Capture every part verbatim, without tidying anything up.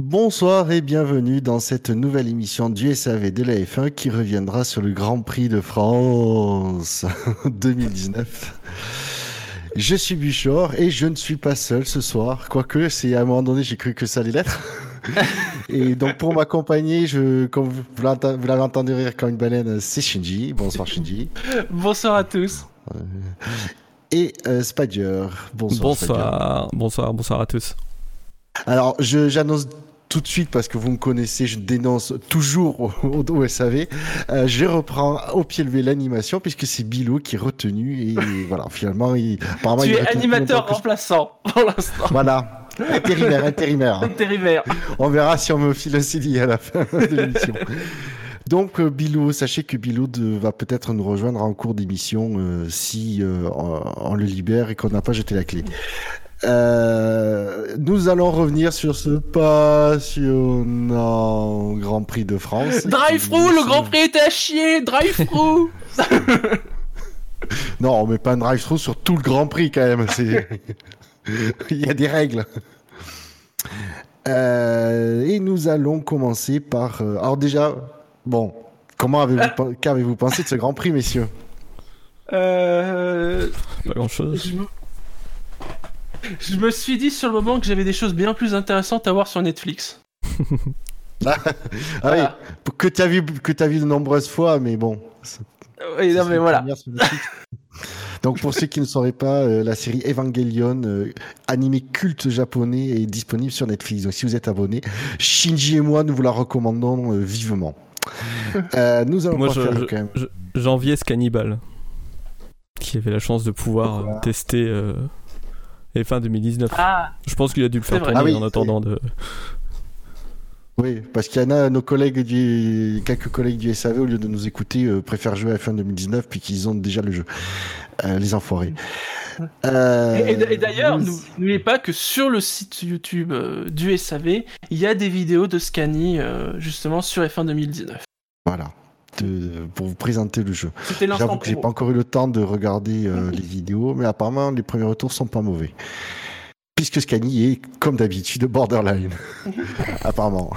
Bonsoir et bienvenue dans cette nouvelle émission du S A V de la F un qui reviendra sur le Grand Prix de France deux mille dix-neuf. Je suis Buchor et je ne suis pas seul ce soir, quoique c'est à un moment donné j'ai cru que ça allait l'être. Et donc pour m'accompagner, je, comme vous, vous l'avez entendu rire comme une baleine, c'est Shinji. Bonsoir Shinji. Bonsoir à tous. Et euh, Spider. Bonsoir. Bonsoir. Spider. Bonsoir, bonsoir à tous. Alors je, j'annonce tout de suite, parce que vous me connaissez, je dénonce toujours au, au, au S A V. Euh, je reprends au pied levé l'animation, puisque c'est Bilo qui est retenu. Et voilà, finalement, il, apparemment, tu il es animateur remplaçant pour l'instant. Voilà, intérimaire, intérimaire. Intérimaire. On verra si on me file un C D I à la fin de l'émission. Donc, euh, Bilo, sachez que Bilo de, va peut-être nous rejoindre en cours d'émission euh, si euh, on, on le libère et qu'on n'a pas jeté la clé. Euh, nous allons revenir sur ce passionnant Grand Prix de France. Drive-through, le Grand Prix était à chier, drive-through. Non, on met pas un drive-through sur tout le Grand Prix quand même. C'est... Il y a des règles. Euh, et nous allons commencer par... Euh... Alors déjà, bon, comment avez-vous, qu'avez-vous pensé de ce Grand Prix, messieurs? Euh... Pas grand-chose. Je... Je me suis dit sur le moment que j'avais des choses bien plus intéressantes à voir sur Netflix. ah, ah oui, que tu as vu que tu as vu de nombreuses fois, mais bon. Oui, non mais voilà. Donc pour ceux qui ne sauraient pas, euh, la série Evangelion, euh, animé culte japonais, est disponible sur Netflix. Donc si vous êtes abonné, Shinji et moi nous vous la recommandons euh, vivement. Euh, nous allons moi pas je, faire je, quand même. Je, j'enviais ce cannibale qui avait la chance de pouvoir euh, tester. Euh... Et fin deux mille dix-neuf. Ah, je pense qu'il a dû le faire tourner ah oui, en attendant de... Oui, parce qu'il y en a, nos collègues du... quelques collègues du S A V, au lieu de nous écouter, euh, préfèrent jouer à F un deux mille dix-neuf, puis qu'ils ont déjà le jeu. Euh, les enfoirés. Euh... Et, et, et d'ailleurs, oui. N'oubliez pas que sur le site YouTube euh, du S A V, il y a des vidéos de Scani, euh, justement, sur F un deux mille dix-neuf. Voilà. De, pour vous présenter le jeu. C'était l'instant J'avoue que j'ai pas encore eu le temps de regarder euh, les vidéos, mais apparemment les premiers retours sont pas mauvais. Puisque Scani est, comme d'habitude, borderline. Apparemment.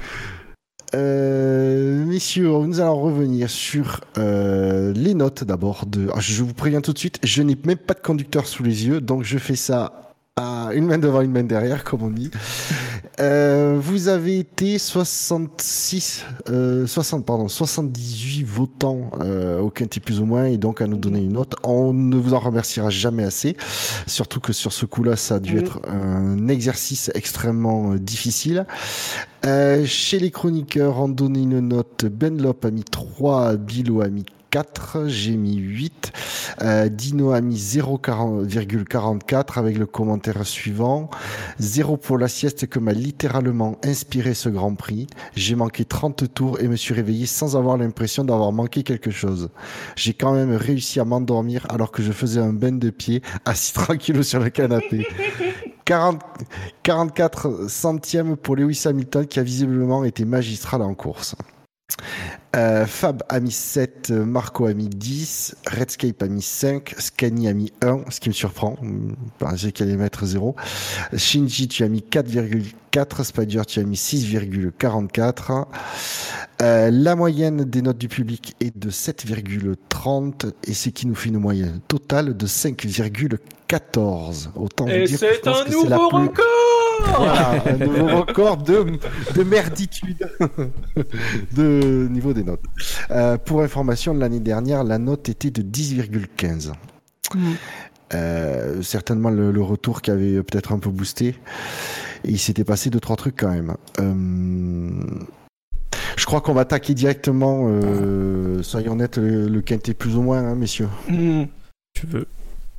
Euh, messieurs, nous allons revenir sur euh, les notes d'abord. De... Alors, je vous préviens tout de suite, je n'ai même pas de conducteur sous les yeux, donc je fais ça à une main devant, une main derrière, comme on dit. Euh, vous avez été soixante-six, euh, soixante, pardon, soixante-dix-huit votants euh, au quintet plus ou moins, et donc à nous donner une note. On ne vous en remerciera jamais assez, surtout que sur ce coup-là, ça a dû être un exercice extrêmement euh, difficile. Euh, chez les chroniqueurs, on donnait une note. Benlop a mis trois, Bilo a mis quatre, j'ai mis huit, euh, Dino a mis zéro virgule quarante-quatre avec le commentaire suivant, zéro pour la sieste que m'a littéralement inspiré ce Grand Prix. J'ai manqué trente tours et me suis réveillé sans avoir l'impression d'avoir manqué quelque chose. J'ai quand même réussi à m'endormir alors que je faisais un bain de pied assis tranquille sur le canapé. quarante, quarante-quatre centièmes pour Lewis Hamilton qui a visiblement été magistral en course. Euh, Fab a mis sept, Marco a mis dix, Redscape a mis cinq, Scani a mis un, ce qui me surprend, je pensais qu'il allait mettre zéro. Shinji, tu as mis quatre virgule quatre, Spider, tu as mis six virgule quarante-quatre. Euh, la moyenne des notes du public est de sept virgule trente et ce qui nous fait une moyenne totale de cinq virgule quatorze. Autant et vous dire c'est que un que nouveau c'est la record plus... Voilà, un nouveau record de, de merditude de niveau des notes. Euh, pour information, l'année dernière, la note était de dix virgule quinze. Mmh. Euh, certainement le, le retour qui avait peut-être un peu boosté. Et il s'était passé deux, trois trucs quand même. Euh, je crois qu'on va attaquer directement, euh, soyons honnêtes, le, le quintet plus ou moins, hein, messieurs. Mmh. Tu veux.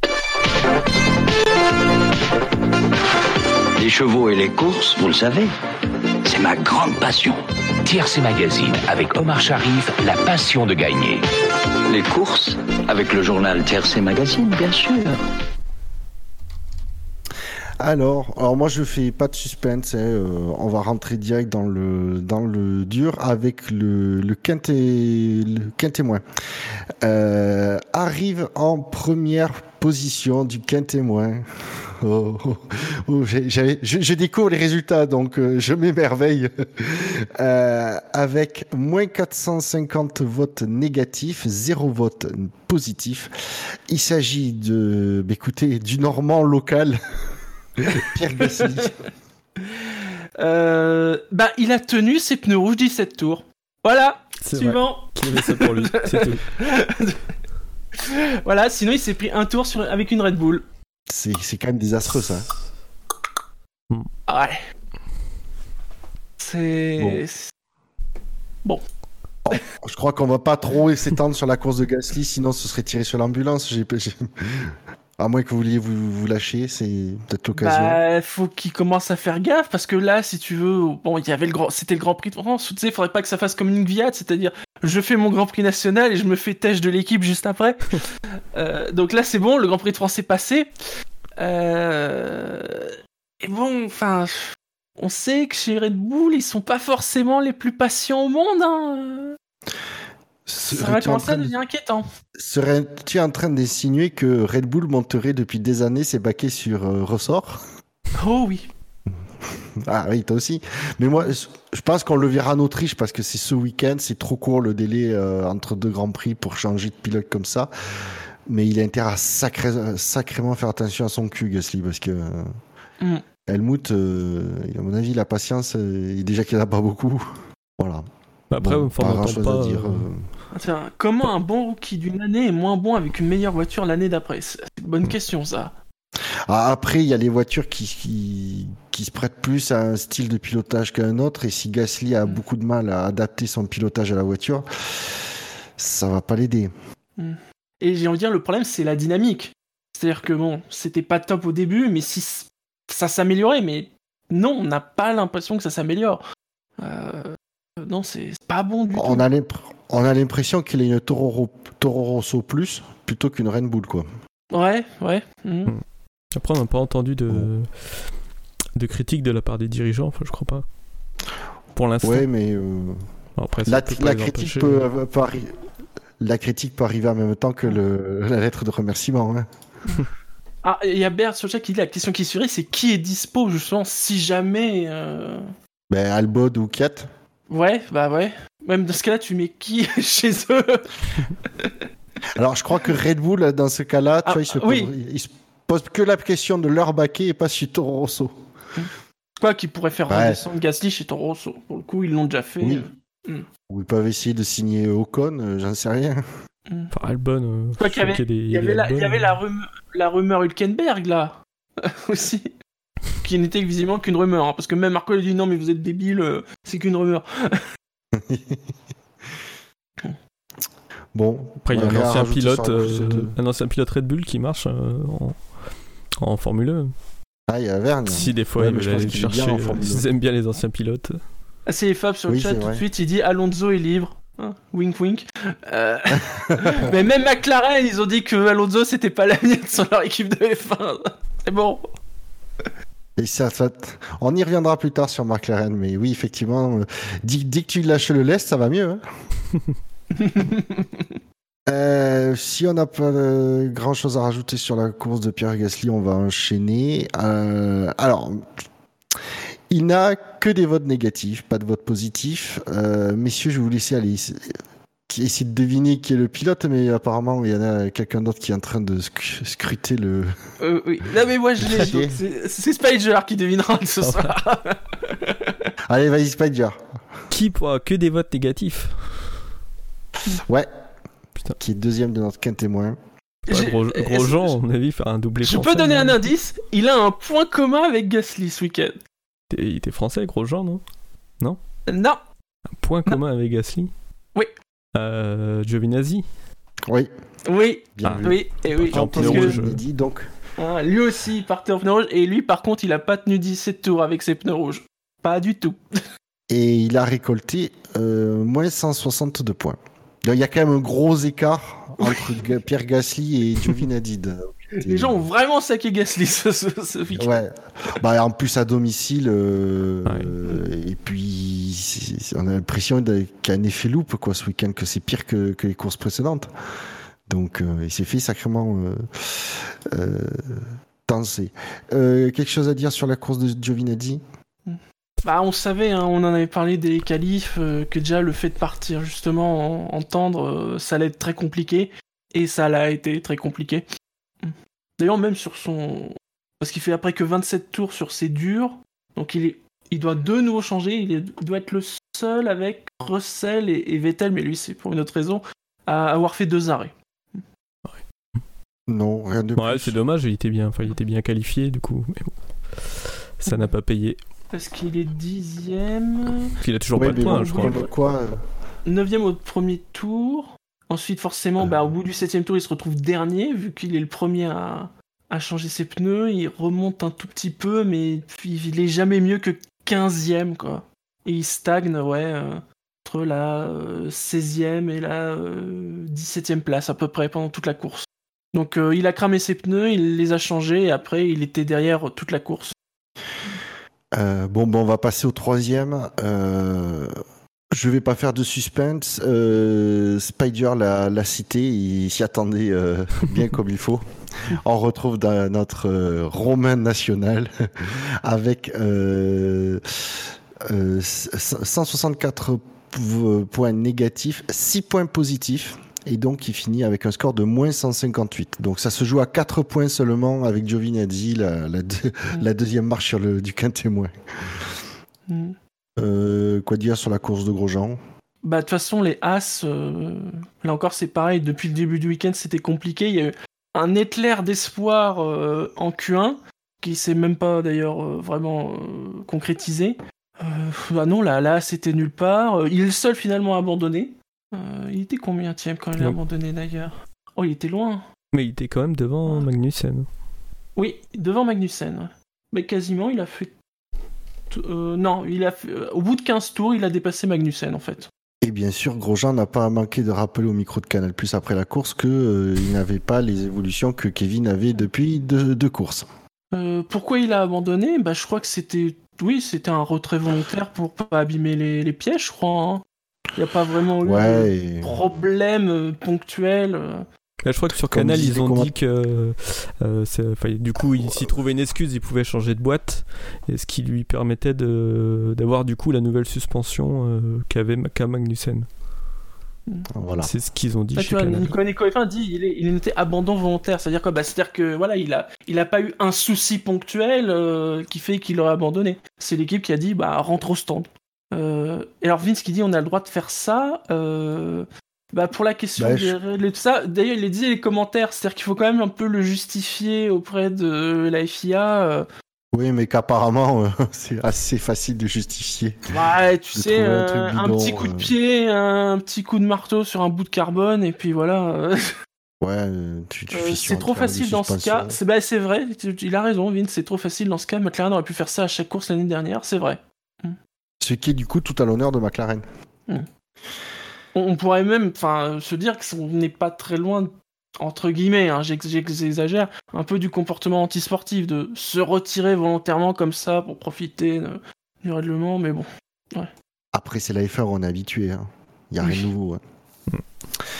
Les chevaux et les courses, vous le savez, c'est ma grande passion. T R C Magazine, avec Omar Sharif, la passion de gagner. Les courses, avec le journal T R C Magazine, bien sûr. Alors, alors moi je fais pas de suspense, hein, euh, on va rentrer direct dans le dans le dur avec le le quintet le quintet moins. Euh, arrive en première position du quintet moins. oh, oh, oh, j'ai, j'avais, je, je découvre les résultats, donc euh, je m'émerveille. Euh, avec moins quatre cent cinquante votes négatifs, zéro vote positif. Il s'agit de, bah, écoutez, du Normand local, Pierre Gasly. Euh, bah, il a tenu ses pneus rouges dix-sept tours. Voilà, C'est suivant. Qui avait ça pour lui, c'est tout. Voilà, sinon il s'est pris un tour sur... avec une Red Bull. C'est, c'est quand même désastreux, ça. Ouais. C'est... Bon. c'est- Bon. Je crois qu'on va pas trop s'étendre sur la course de Gasly, sinon ce serait tiré sur l'ambulance. J'ai, j'ai... À moins que vous vouliez vous, vous lâcher, c'est peut-être l'occasion. Bah, faut qu'il commence à faire gaffe, parce que là, si tu veux, bon, il y avait le grand, c'était le Grand Prix de France, tu sais, faudrait pas que ça fasse comme une Gviat, c'est-à-dire, je fais mon Grand Prix national et je me fais têche de l'équipe juste après. euh, donc là, c'est bon, le Grand Prix de France est passé. Euh... Et bon, enfin, on sait que chez Red Bull, ils sont pas forcément les plus patients au monde, hein. Ça va Serais-tu en commencer à train de- devenir inquiétant. Serais-tu en train d'insinuer que Red Bull monterait depuis des années ses baquets sur euh, ressort? Oh oui. Ah oui, toi aussi. Mais moi, je je pense qu'on le verra en Autriche parce que c'est ce week-end, c'est trop court le délai euh, entre deux grands prix pour changer de pilote comme ça. Mais il a intérêt à sacré- sacrément faire attention à son cul, Gasly, parce que euh, Mm. Helmut, euh, à mon avis, la patience, euh, déjà qu'il n'y en a pas beaucoup. Voilà. Bah après, Bon, enfin, pas on grand-chose n'entend à pas. dire. euh, euh, Tiens, comment un bon rookie d'une année est moins bon avec une meilleure voiture l'année d'après? C'est une bonne question, ça. Ah, après, il y a les voitures qui, qui, qui se prêtent plus à un style de pilotage qu'un autre. Et si Gasly a Mm. beaucoup de mal à adapter son pilotage à la voiture, ça va pas l'aider. Et j'ai envie de dire, le problème, c'est la dynamique. C'est-à-dire que bon, c'était pas top au début, mais si c- ça s'améliorait, mais non, on n'a pas l'impression que ça s'améliore. Euh, non, c'est c'est pas bon du On tout. a, l'impr- on a l'impression qu'il a une Toro, Ro- Toro Rosso plus plutôt qu'une Red Bull, quoi. Ouais, ouais. mhm. Après, on n'a pas entendu de... Bon. de critiques de la part des dirigeants, enfin, je crois pas. Pour l'instant. Ouais, mais euh, Bon, après, ça la, peut pas la hein. les critique empêcher. peut, euh, peut arri- la critique peut arriver en même temps que le, la lettre de remerciement. Hein. Ah, il y a Bert sur le chat qui dit la question qui suivrait, c'est qui est dispo, justement, si jamais. euh, Ben, Albod ou Kiat. Ouais, bah ouais. Même dans ce cas-là, tu mets qui chez eux? Alors, je crois que Red Bull, dans ce cas-là, tu Ah, vois, il se, oui. pose, il se pose que la question de leur baquet et pas sur Toro Rosso. Quoi, qui pourrait faire Ouais. redescendre Gasly chez Toro Rosso. Pour le coup, ils l'ont déjà fait. Oui. euh. Ou ils peuvent essayer de signer Ocon, euh, j'en sais rien. Enfin, Albon. euh, Quoi je qu'il y sais avait- des- Il y avait des la, il y Albon. avait la, rumeur, la rumeur Hülkenberg, là, aussi. Qui n'était visiblement qu'une rumeur. Hein, parce que même Marco a dit non, mais vous êtes débile, euh, c'est qu'une rumeur. Bon. Après, il y a on un rien à ancien rajouter pilote, sur la course euh, de- un ancien pilote Red Bull qui marche euh, en, en Formule un. Ah, il y a Vergne. Si des fois Ouais, ils mais je veulent pense aller qu'il est bien chercher, en Formule euh, ils aiment bien les anciens pilotes. Ah, c'est Fab sur le Oui, chat c'est tout de vrai. suite, il dit Alonso est libre. Hein, wink wink. Euh, mais même McLaren, ils ont dit que Alonso c'était pas l'avenir sur leur équipe de F un. C'est bon. Et ça, ça- on y reviendra plus tard sur McLaren, mais oui, effectivement, euh, dès, dès que tu lâches le lest, ça va mieux. Hein. Euh, si on n'a pas euh, grand chose à rajouter sur la course de Pierre Gasly, on va enchaîner. Euh, alors, il n'a que des votes négatifs, pas de votes positifs. Euh, messieurs, je vais vous laisser aller essayer de deviner qui est le pilote, mais apparemment, il y en a quelqu'un d'autre qui est en train de sc- scruter le. Euh, oui. Non mais moi je l'ai. Chier. donc C'est c'est Spider qui devinera ce soir. Allez, vas-y, Spider. Qui pourra que des votes négatifs? Ouais. Putain. Qui est deuxième de notre quintémoin. Pas J'ai- Gros, est-ce- gros Jean, à mon avis, faire un doublé Je français. peux donner un non indice, il a un point commun avec Gasly ce week-end. T'es- Il était français, Gros Jean, non? Non, Un point commun avec Gasly? Oui. Euh, Giovinazzi. Oui, oui, bien Ah. vu. oui, et oui. En Parce pneu que, rouge. Dit donc. hein, lui aussi il partait en pneu rouge, et lui par contre il a pas tenu dix-sept tours avec ses pneus rouges. Pas du tout. Et il a récolté euh, moins cent soixante-deux points. Donc, il y a quand même un gros écart entre Ga- Pierre Gasly et Giovinazzi. Les gens ont vraiment saqué Gasly ce, ce, ce week-end. Ouais. Bah, en plus à domicile. euh, Ouais. euh, et puis, c'est- c'est- on a l'impression de- qu'il y a un effet loupe quoi, ce week-end, que c'est pire que, que les courses précédentes. Donc, euh, il s'est fait sacrément euh, euh, lancé. Euh, quelque chose à dire sur la course de Giovinazzi ? Bah, on savait, hein, on en avait parlé des qualifs, euh, que déjà le fait de partir justement en, en tendre, euh, ça allait être très compliqué, et ça l'a été très compliqué. D'ailleurs, même sur son... Parce qu'il fait après que vingt-sept tours sur ses durs, donc il, est... il doit de nouveau changer, il, est... il doit être le seul avec Russell et... et Vettel, mais lui c'est pour une autre raison, à avoir fait deux arrêts. Non, rien de Ouais, plus. c'est dommage, il était bien, enfin, il était bien qualifié du coup, mais bon, ça n'a pas payé. Parce qu'il est dixième... Il a toujours Ouais, pas de mais points, bon, je crois. comme quoi, euh, neuvième au premier tour. Ensuite, forcément, bah, au bout du septième tour, il se retrouve dernier, vu qu'il est le premier à, à changer ses pneus. Il remonte un tout petit peu, mais puis il est jamais mieux que quinzième, quoi. Et il stagne, ouais, euh, entre la euh, seizième et la euh, dix-septième place, à peu près, pendant toute la course. Donc, euh, il a cramé ses pneus, il les a changés, et après, il était derrière toute la course. Euh, bon, bon, on va passer au troisième. Euh, je vais pas faire de suspense. Euh, Spider l'a, l'a cité, il s'y attendait euh, bien comme il faut. On retrouve dans notre euh, Romain national avec euh, euh, cent soixante-quatre p- points négatifs, six points positifs. Et donc, il finit avec un score de moins cent cinquante-huit. Donc, ça se joue à quatre points seulement avec Giovinazzi, la, la, deux, mmh. la deuxième marche sur le, du quintémoin. Mmh. Euh, quoi dire sur la course de Grosjean ? Bah, de toute façon, les As, euh, là encore, c'est pareil. Depuis le début du week-end, c'était compliqué. Il y a eu un éclair d'espoir euh, en Q un, qui s'est même pas d'ailleurs euh, vraiment euh, concrétisé. Euh, bah non, là, là, c'était nulle part. Il est le seul finalement à abandonner. Euh, il était combienième quand il a abandonné d'ailleurs ? Oh, il était loin. Mais il était quand même devant Magnussen. Oui, devant Magnussen. Mais quasiment, il a fait... Euh, non, il a fait... au bout de quinze tours, il a dépassé Magnussen en fait. Et bien sûr, Grosjean n'a pas manqué de rappeler au micro de Canal+ après la course qu'il euh, n'avait pas les évolutions que Kevin avait depuis deux, deux courses. Euh, pourquoi il a abandonné ? Bah, je crois que c'était... Oui, c'était un retrait volontaire pour pas abîmer les, les pièges, je crois. Hein. Il n'y a pas vraiment eu ouais, de et... problème euh, ponctuel. Euh. Là, je crois que sur Comme Canal, disait ils ont comment... dit que euh, c'est, du coup, il, s'il trouvait une excuse, il pouvait changer de boîte, et ce qui lui permettait de, d'avoir du coup la nouvelle suspension euh, qu'avait qu'a Magnussen. Voilà. C'est ce qu'ils ont dit Là, chez tu vois, Canal. Nicolas Nicolas dit il est, il était abandon volontaire, c'est-à-dire quoi ? Bah, c'est-à-dire que voilà, il a, il a pas eu un souci ponctuel euh, qui fait qu'il aurait abandonné. C'est l'équipe qui a dit bah rentre au stand. Euh, et alors Vince qui dit on a le droit de faire ça. Euh, bah pour la question bah, des je... règles et tout ça. D'ailleurs, il les disait les commentaires, c'est-à-dire qu'il faut quand même un peu le justifier auprès de la F I A. Euh, Oui, mais qu'apparemment, euh, c'est assez facile de justifier. Ouais, tu de sais, un, euh, bidon, un petit coup de pied, euh... un petit coup de marteau sur un bout de carbone, et puis voilà. Ouais, tu, tu euh, c'est trop facile dans ce cas. C'est, bah, c'est vrai, il a raison, Vince, c'est trop facile dans ce cas. McLaren aurait pu faire ça à chaque course l'année dernière, c'est vrai. Ce qui est du coup tout à l'honneur de McLaren. Mm. On, on pourrait même se dire qu'on n'est pas très loin, entre guillemets, hein, j'exagère, un peu du comportement antisportif, de se retirer volontairement comme ça pour profiter de, du règlement, mais bon. Ouais. Après, c'est la F un, on est habitué. Il hein. n'y a oui. rien de nouveau. Hein. Mm.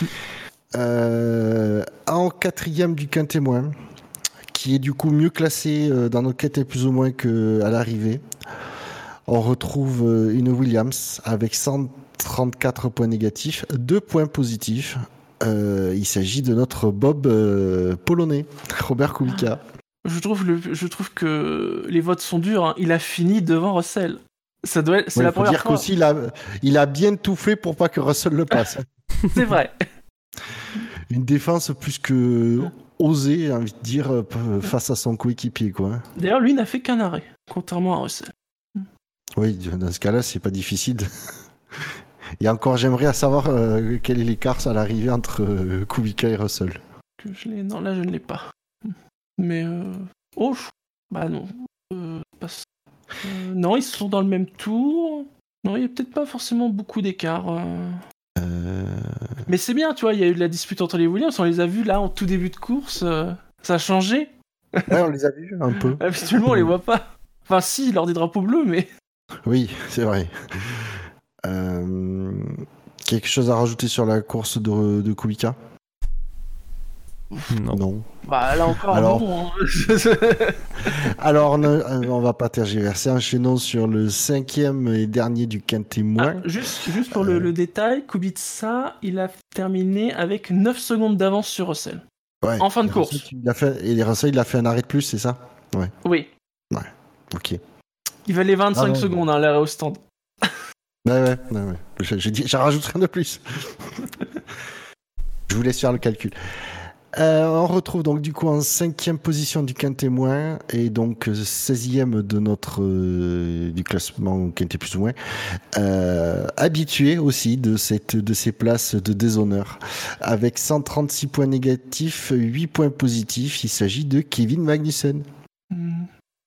Euh, en quatrième du quintémoin, qui est du coup mieux classé euh, dans notre quête plus ou moins qu'à l'arrivée, on retrouve euh, une Williams avec cent trente-quatre points négatifs, deux points positifs. Euh, il s'agit de notre Bob euh, polonais, Robert Kubica. Je trouve, le, je trouve que les votes sont durs. Hein. Il a fini devant Russell. Ça doit être, c'est ouais, la faut première dire fois. qu'aussi, il a, il a bien tout fait pour pas que Russell le passe. C'est vrai. Une défense plus que osée, j'ai envie de dire, face à son coéquipier, quoi. D'ailleurs, lui n'a fait qu'un arrêt, contrairement à Russell. Oui, dans ce cas-là, c'est pas difficile. Et encore, j'aimerais savoir euh, quel est l'écart à l'arrivée entre euh, Kubica et Russell. Que je l'ai... Non, là, je ne l'ai pas. Mais... Euh... Oh, je... bah non. Euh, pas... euh, non, ils sont dans le même tour. Non, il n'y a peut-être pas forcément beaucoup d'écart. Euh... Euh... Mais c'est bien, tu vois, il y a eu de la dispute entre les Williams, on les a vus là en tout début de course, euh... ça a changé. Ouais, on les a vus un peu. Habituellement, on les voit pas. Enfin, si, lors des drapeaux bleus, mais... Oui, c'est vrai. Euh... Quelque chose à rajouter sur la course de, de Kubica ? Non. Non. Bah là encore, Alors- non. hein. Alors, on, a- on va pas tergiverser. Enchaînons sur le cinquième et dernier du quintet Ah, moins. juste, juste pour le, le détail, Kubica, il a terminé avec neuf secondes d'avance sur Russell. Ouais. en fin de Et course. Russell, il a fait, et Russell, il a fait un arrêt de plus, c'est ça? Oui, Ok. Ouais, il valait vingt-cinq Ah ouais. secondes, hein, l'arrêt au stand. ouais, ouais. ouais. Je- J'ai dit, j'en rajoute rien de plus. Je vous laisse faire le calcul. Euh, on retrouve donc du coup en cinquième position du quintet moins et donc seizième de notre euh, du classement quintet plus ou moins, euh, habitué aussi de cette de ces places de déshonneur avec cent trente-six points négatifs, huit points positifs. Il s'agit de Kevin Magnussen. Hmm.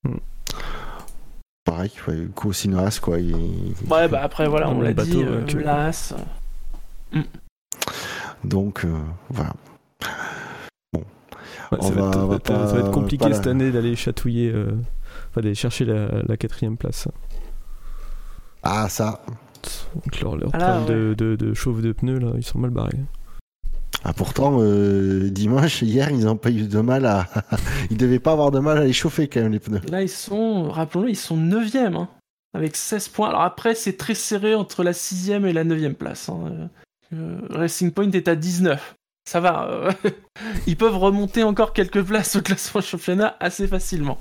Pareil, ouais, Kousinas, quoi. Il... Ouais, bah après, voilà, Dans on le l'a bateau, dit, ouais, euh, que- Las. Donc euh, voilà. Ouais, On ça, va va- être, on va ça va être pas- compliqué pas la- cette année d'aller chatouiller, euh, enfin d'aller chercher la, la quatrième place. Ah ça. Donc leur, leur Ah là, problème de, de, de chauffe de pneus, là, ils sont mal barrés. Ah pourtant euh, dimanche hier ils n'ont pas eu de mal à. Ils devaient pas avoir de mal à les chauffer quand même les pneus. Là, ils sont, rappelons-le, ils sont neuvième, hein, avec seize points. Alors après, c'est très serré entre la sixième et la neuvième place. Hein. Euh, Racing Point est à dix-neuf. Ça va. euh, Ils peuvent remonter encore quelques places au classement championnat assez facilement.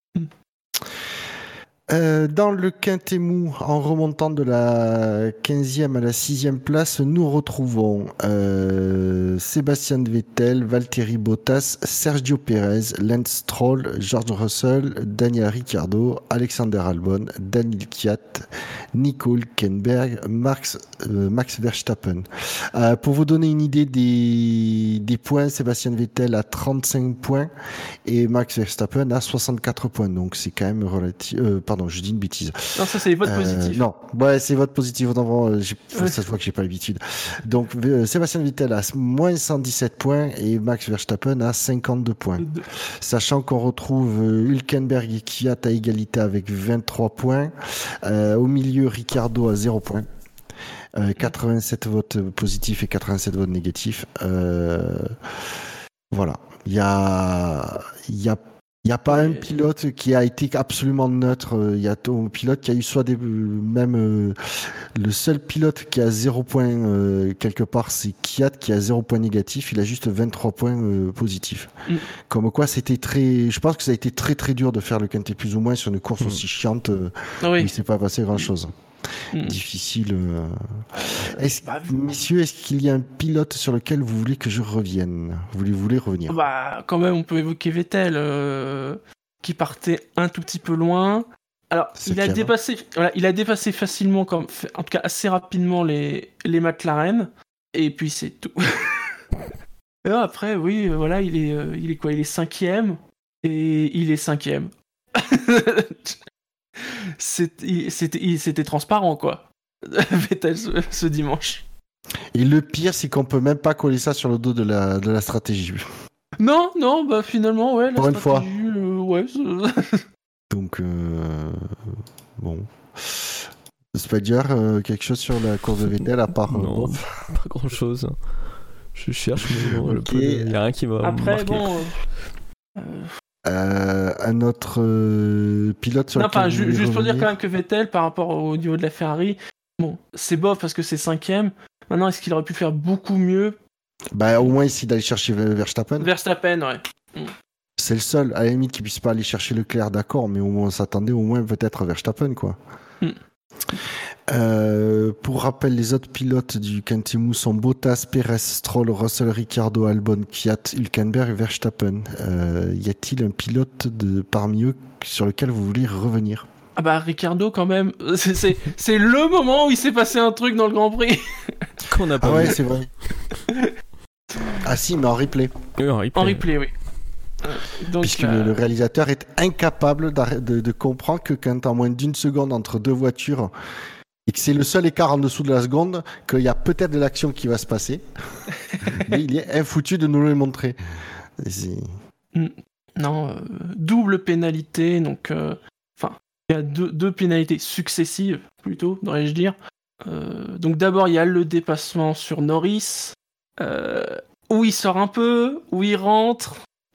Euh, dans le quintet mou, en remontant de la quinzième à la sixième place, nous retrouvons euh, Sébastien Vettel, Valtteri Bottas, Sergio Perez, Lance Stroll, George Russell, Daniel Ricciardo, Alexander Albon, Daniel Kvyat, Nico Hülkenberg, Max, euh, Max Verstappen. Euh, pour vous donner une idée des, des points, Sébastien Vettel a trente-cinq points et Max Verstappen a soixante-quatre points. Donc c'est quand même relatif. Euh, pardon, je dis une bêtise. Non, ça, c'est les votes Euh, positifs. Non, ouais, c'est vote positif. Autant pour moi, j'ai- Ouais. ça se voit que j'ai pas l'habitude. Donc euh, Sébastien Vettel a moins cent dix-sept points et Max Verstappen a cinquante-deux points. De- Sachant qu'on retrouve euh, Hülkenberg et Kvyat à égalité avec vingt-trois points. Euh, au milieu, Ricciardo à zéro points. Euh, quatre-vingt-sept votes positifs et quatre-vingt-sept votes négatifs. Euh, voilà. Il y a, il y a, il y a pas un Ouais. pilote qui a été absolument neutre. Euh, Il y a un pilote qui a eu soit des, même euh, le seul pilote qui a zéro point euh, quelque part, c'est Kvyat qui a zéro point négatif. Il a juste vingt-trois points euh, positifs. Mm. Comme quoi, c'était très. Je pense que ça a été très très dur de faire le quintet plus ou moins sur une course Mm. aussi chiante. Euh, Ah où oui. il s'est pas passé grand chose. Mm. Difficile. euh. Est-ce, Bah, messieurs, est-ce qu'il y a un pilote sur lequel vous voulez que je revienne Vous voulez, vous voulez revenir Bah, quand même, on peut évoquer Vettel, euh, qui partait un tout petit peu loin. Alors, C'est il a clair, hein. dépassé, voilà, il a dépassé facilement, comme, en tout cas assez rapidement, les, les McLaren. Et puis c'est tout. Et après, oui, euh, voilà, il est, euh, il est quoi Il est cinquième. Et il est cinquième. C'est- il- C'était il- c'était transparent, quoi. Vettel ce, ce dimanche. Et le pire, c'est qu'on peut même pas coller ça sur le dos de la, de la stratégie. Non, non, bah finalement, ouais. La Pour une fois. stratégie, euh, ouais. c'est- Donc, euh, bon. Spider, euh, quelque chose sur la course de Vettel à part. euh, Non, bon. pas grand chose. Je cherche, mais bon, le Ok. peu de- il n'y a rien qui m'a Après, marqué. bon. euh, Euh, un autre euh, pilote sur Non, lequel enfin, vous ju- voulez juste pour dire revenir quand même que Vettel, par rapport au niveau de la Ferrari, bon, c'est bof parce que c'est cinquième. Maintenant, est-ce qu'il aurait pu faire beaucoup mieux Bah, au moins, ici, d'aller chercher Verstappen. Verstappen, ouais. C'est le seul, à la limite, qui puisse pas aller chercher Leclerc, d'accord, mais au moins, on s'attendait au moins peut-être à Verstappen, quoi. Mm. Euh, pour rappel, les autres pilotes du quintet mou sont Bottas, Perez, Stroll, Russell, Ricciardo, Albon, Kvyat, Hülkenberg et Verstappen. Euh, y a-t-il un pilote de parmi eux sur lequel vous voulez revenir? Ah bah, Ricardo, quand même, c'est, c'est, c'est le moment où il s'est passé un truc dans le Grand Prix. Qu'on n'a pas Ah ouais, vu. c'est vrai. Ah si, mais en replay. Oui, en replay. En replay, oui. Euh, Donc, Puisque euh, le, le réalisateur est incapable d'arrê- de, de comprendre que quand en moins d'une seconde entre deux voitures et que c'est le seul écart en dessous de la seconde, qu'il y a peut-être de l'action qui va se passer, mais il est infoutu de nous le montrer. C'est- non, euh, double pénalité, donc, euh, enfin, il y a deux, deux pénalités successives, plutôt, devrais-je dire. Euh, donc d'abord, il y a le dépassement sur Norris, euh, où il sort un peu, où il rentre,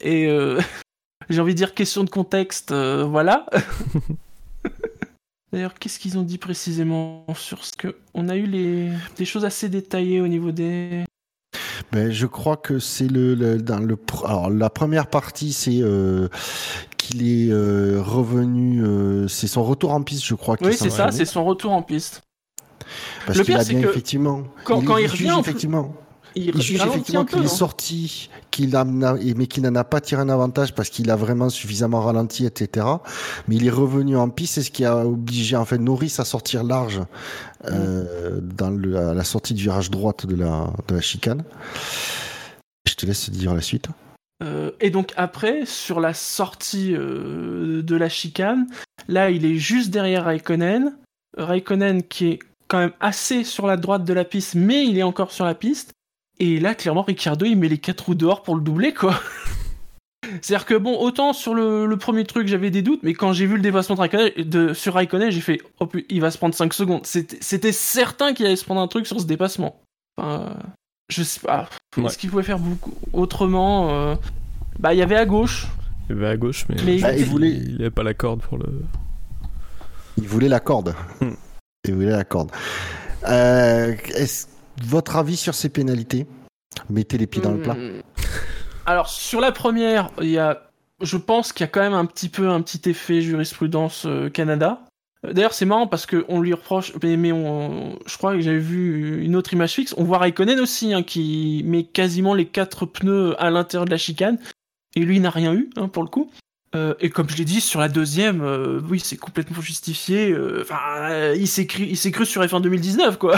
Et euh, j'ai envie de dire question de contexte, euh, voilà. D'ailleurs, qu'est-ce qu'ils ont dit précisément sur ce que on a eu les des choses assez détaillées au niveau des. Ben, je crois que c'est le, le dans le alors la première partie c'est euh, qu'il est euh, revenu euh, c'est son retour en piste, je crois. Oui, c'est ça, c'est son retour en piste. Parce le qu'il pire, a c'est bien que effectivement quand il, quand il revient, effectivement. Il, il juge il effectivement un peu, qu'il est non sorti, qu'il a, mais qu'il n'en a pas tiré un avantage parce qu'il a vraiment suffisamment ralenti, et cetera. Mais il est revenu en piste, c'est ce qui a obligé en fait Norris à sortir large euh, mmh. dans le, à la sortie du virage droite de la, de la chicane. Je te laisse dire la suite. Euh, et donc après, sur la sortie euh, de la chicane, là il est juste derrière Raikkonen. Raikkonen qui est quand même assez sur la droite de la piste, mais il est encore sur la piste. Et là, clairement, Ricciardo, il met les quatre roues dehors pour le doubler, quoi. C'est-à-dire que, bon, autant sur le, le premier truc, j'avais des doutes, mais quand j'ai vu le dépassement de Raikkonen, de, sur Raikkonen, j'ai fait « Oh, il va se prendre cinq secondes ». C'était, c'était certain qu'il allait se prendre un truc sur ce dépassement. Enfin, euh, je sais pas. Ouais. Est-ce qu'il pouvait faire beaucoup autrement euh... Bah, il y avait à gauche. Il y avait à gauche, mais, mais bah, il, il voulait... il avait pas la corde pour le... Il voulait la corde. Hmm. Il voulait la corde. Euh, est-ce... Votre avis sur ces pénalités ? Mettez les pieds dans mmh. le plat. Alors, sur la première, il y a, je pense qu'il y a quand même un petit peu un petit effet jurisprudence euh, Canada. D'ailleurs, c'est marrant parce qu'on lui reproche, mais, mais on, je crois que j'avais vu une autre image fixe, on voit Raikkonen aussi, hein, qui met quasiment les quatre pneus à l'intérieur de la chicane, et lui n'a rien eu, hein, pour le coup. Euh, et comme je l'ai dit, sur la deuxième, euh, oui, c'est complètement justifié. Enfin, euh, il s'est cru, il s'est cru sur F un deux mille dix-neuf, quoi.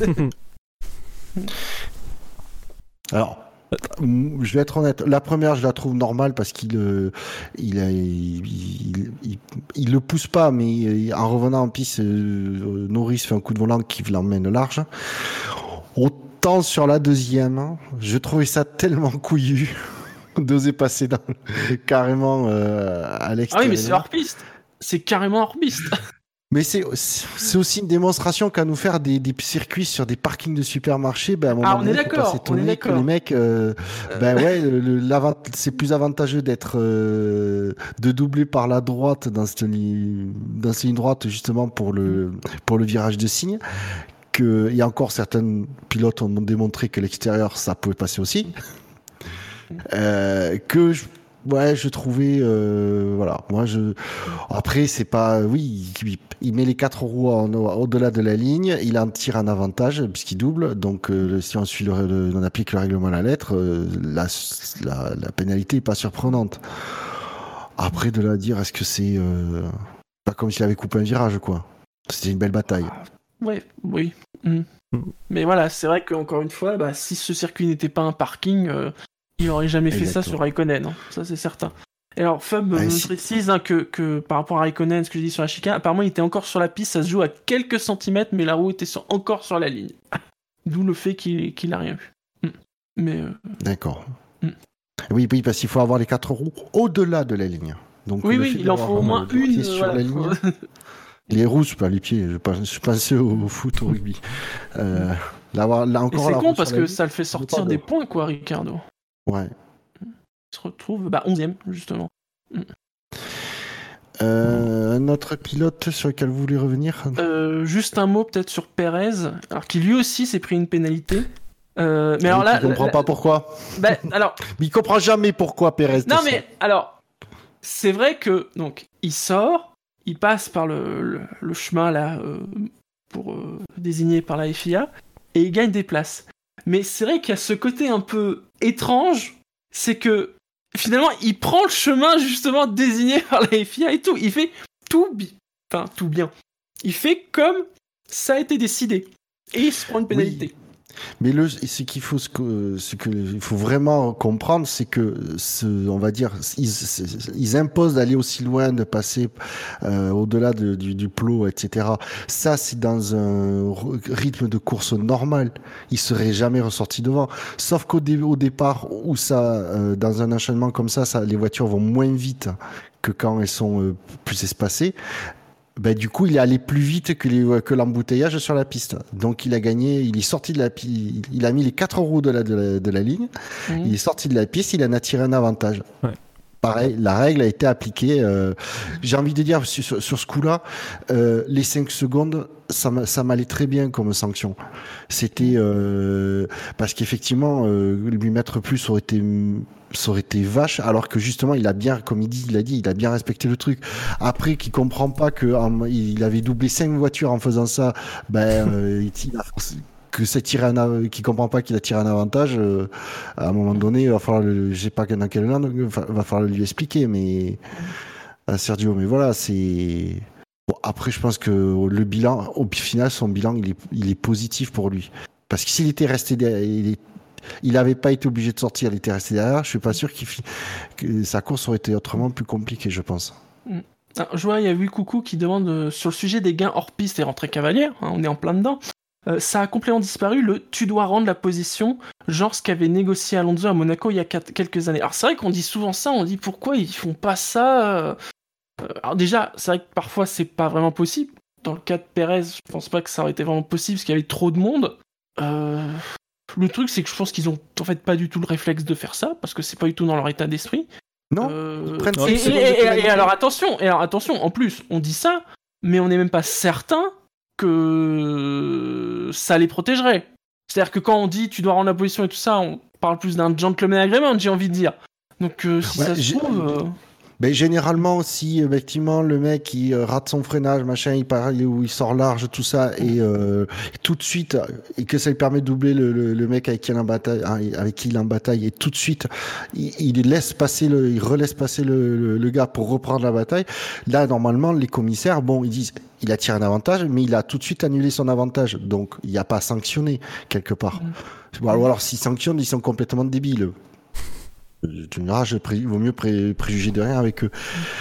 Alors, je vais être honnête. La première, je la trouve normale parce qu'il euh, il, a, il, il, il, il le pousse pas, mais en revenant en piste, euh, Norris fait un coup de volant qui l'emmène large. Autant sur la deuxième, je trouvais ça tellement couillu d'oser passer dans, carrément euh, à l'extérieur. Ah oui, mais c'est hors piste. C'est carrément hors piste. Mais c'est, c'est aussi une démonstration qu'à nous faire des, des circuits sur des parkings de supermarchés, ben à un moment ah, on donné, est d'accord, faut pas s'étonner on est que les mecs, euh, ben ouais, le, le, c'est plus avantageux d'être euh, de doubler par la droite dans cette ligne, dans cette ligne droite justement pour le pour le virage de signe. Que, et encore certains pilotes ont démontré que l'extérieur ça pouvait passer aussi. Euh, que je Ouais, je trouvais, euh, voilà, moi je. Après, c'est pas, oui, il, il met les quatre roues en, au-delà de la ligne, il en tire un avantage puisqu'il double. Donc, euh, si on suit le, le, on applique le règlement à la lettre, euh, la, la, la pénalité est pas surprenante. Après, de là à dire, est-ce que c'est euh, pas comme s'il avait coupé un virage, quoi. C'était une belle bataille. Ouais, oui. Mmh. Mais voilà, c'est vrai qu'encore une fois, bah, si ce circuit n'était pas un parking. Euh... Il n'aurait jamais fait Exactement. Ça sur Raikkonen, hein. Ça c'est certain. Et alors Fub ah, me si... précise hein, que, que par rapport à Raikkonen, ce que j'ai dit sur la chicane, apparemment il était encore sur la piste, ça se joue à quelques centimètres, mais la roue était sur, encore sur la ligne. D'où le fait qu'il, qu'il n'a rien vu. Mm. Mais, euh... D'accord. Mm. Oui, oui, parce qu'il faut avoir les quatre roues au-delà de la ligne. Donc, oui, oui, il en faut au moins une sur voilà, la ligne. Les roues, c'est pas les pieds, je pense, je pense au, au foot, au rugby. Euh, là, là, encore, Et c'est la con parce que ligne, ça le fait sortir des points, quoi, Ricciardo. Ouais. Il se retrouve bah, onzième, justement. Euh, un autre pilote sur lequel vous voulez revenir euh, Juste un mot peut-être sur Pérez, alors qui lui aussi s'est pris une pénalité. Euh, mais alors là, il comprend la, pas pourquoi. Bah, alors, mais il comprend jamais pourquoi Pérez. Non mais alors, c'est vrai que donc il sort, il passe par le, le, le chemin là euh, pour euh, désigné par la F I A et il gagne des places. Mais c'est vrai qu'il y a ce côté un peu étrange, c'est que finalement il prend le chemin justement désigné par la F I A et tout. Il fait tout bien, enfin tout bien. Il fait comme ça a été décidé et il se prend une pénalité. Oui. Mais le, ce qu'il faut, ce que, ce que il faut vraiment comprendre, c'est que, ce, on va dire, ils, ils imposent d'aller aussi loin, de passer euh, au-delà de, du, du plot, et cetera. Ça, c'est dans un rythme de course normal. Ils seraient jamais ressortis devant. Sauf qu'au dé, au départ, où ça, euh, dans un enchaînement comme ça, ça, les voitures vont moins vite que quand elles sont euh, plus espacées. Ben, du coup, il est allé plus vite que, les, que l'embouteillage sur la piste. Donc, il a gagné, il est sorti de la piste, il a mis les quatre roues de la, de la, de la ligne, mmh. il est sorti de la piste, il en a tiré un avantage. Ouais. Pareil, la règle a été appliquée. Euh, j'ai envie de dire, sur, sur ce coup-là, euh, les cinq secondes, ça, ça m'allait très bien comme sanction. C'était euh, parce qu'effectivement, euh, lui mettre plus aurait été, ça aurait été vache, alors que justement, il a bien, comme il dit, il a dit, il a bien respecté le truc. Après, qu'il comprend pas que en, il avait doublé cinq voitures en faisant ça, ben, euh, il a que c'est tiré un, qui comprend pas qu'il a tiré un avantage, euh, à un moment donné, il va falloir, le, je sais pas dans quelle langue, il va falloir lui expliquer, mais à Sergio, mais voilà, c'est bon, après, je pense que le bilan, au final, son bilan, il est, il est positif pour lui, parce que s'il était resté derrière, il est, il avait pas été obligé de sortir, il était resté derrière, je suis pas sûr qu'il, que sa course aurait été autrement plus compliquée, je pense. Mm. Alors, je vois, il y a eu Coucou qui demande euh, sur le sujet des gains hors piste et rentrée cavalière, hein, on est en plein dedans. Euh, ça a complètement disparu, le tu dois rendre la position, genre ce qu'avait négocié Alonso à Monaco il y a quatre, quelques années. Alors c'est vrai qu'on dit souvent ça, on dit pourquoi ils font pas ça euh... Alors déjà, c'est vrai que parfois c'est pas vraiment possible. Dans le cas de Perez, je pense pas que ça aurait été vraiment possible parce qu'il y avait trop de monde. Euh... Le truc c'est que je pense qu'ils ont en fait pas du tout le réflexe de faire ça, parce que c'est pas du tout dans leur état d'esprit. Non, euh... prennent et, et, et, et, et alors attention, et alors attention, en plus on dit ça, mais on n'est même pas certain que ça les protégerait. C'est-à-dire que quand on dit tu dois rendre la position et tout ça, on parle plus d'un gentleman agreement, j'ai envie de dire. Donc euh, si ouais, ça se trouve... Euh... Mais généralement, si effectivement le mec il rate son freinage, machin, il part où il sort large, tout ça, et, euh, et tout de suite, et que ça lui permet de doubler le, le, le mec avec qui il est en bataille, avec qui il est en bataille, et tout de suite, il, il laisse passer le, il relaisse passer le, le, le gars pour reprendre la bataille. Là, normalement, les commissaires, bon, ils disent, il a tiré un avantage, mais il a tout de suite annulé son avantage, donc il n'y a pas à sanctionner quelque part. Mmh. Ou alors, s'ils sanctionnent, ils sont complètement débiles. Tu me diras, il vaut mieux pré- préjuger de rien avec eux.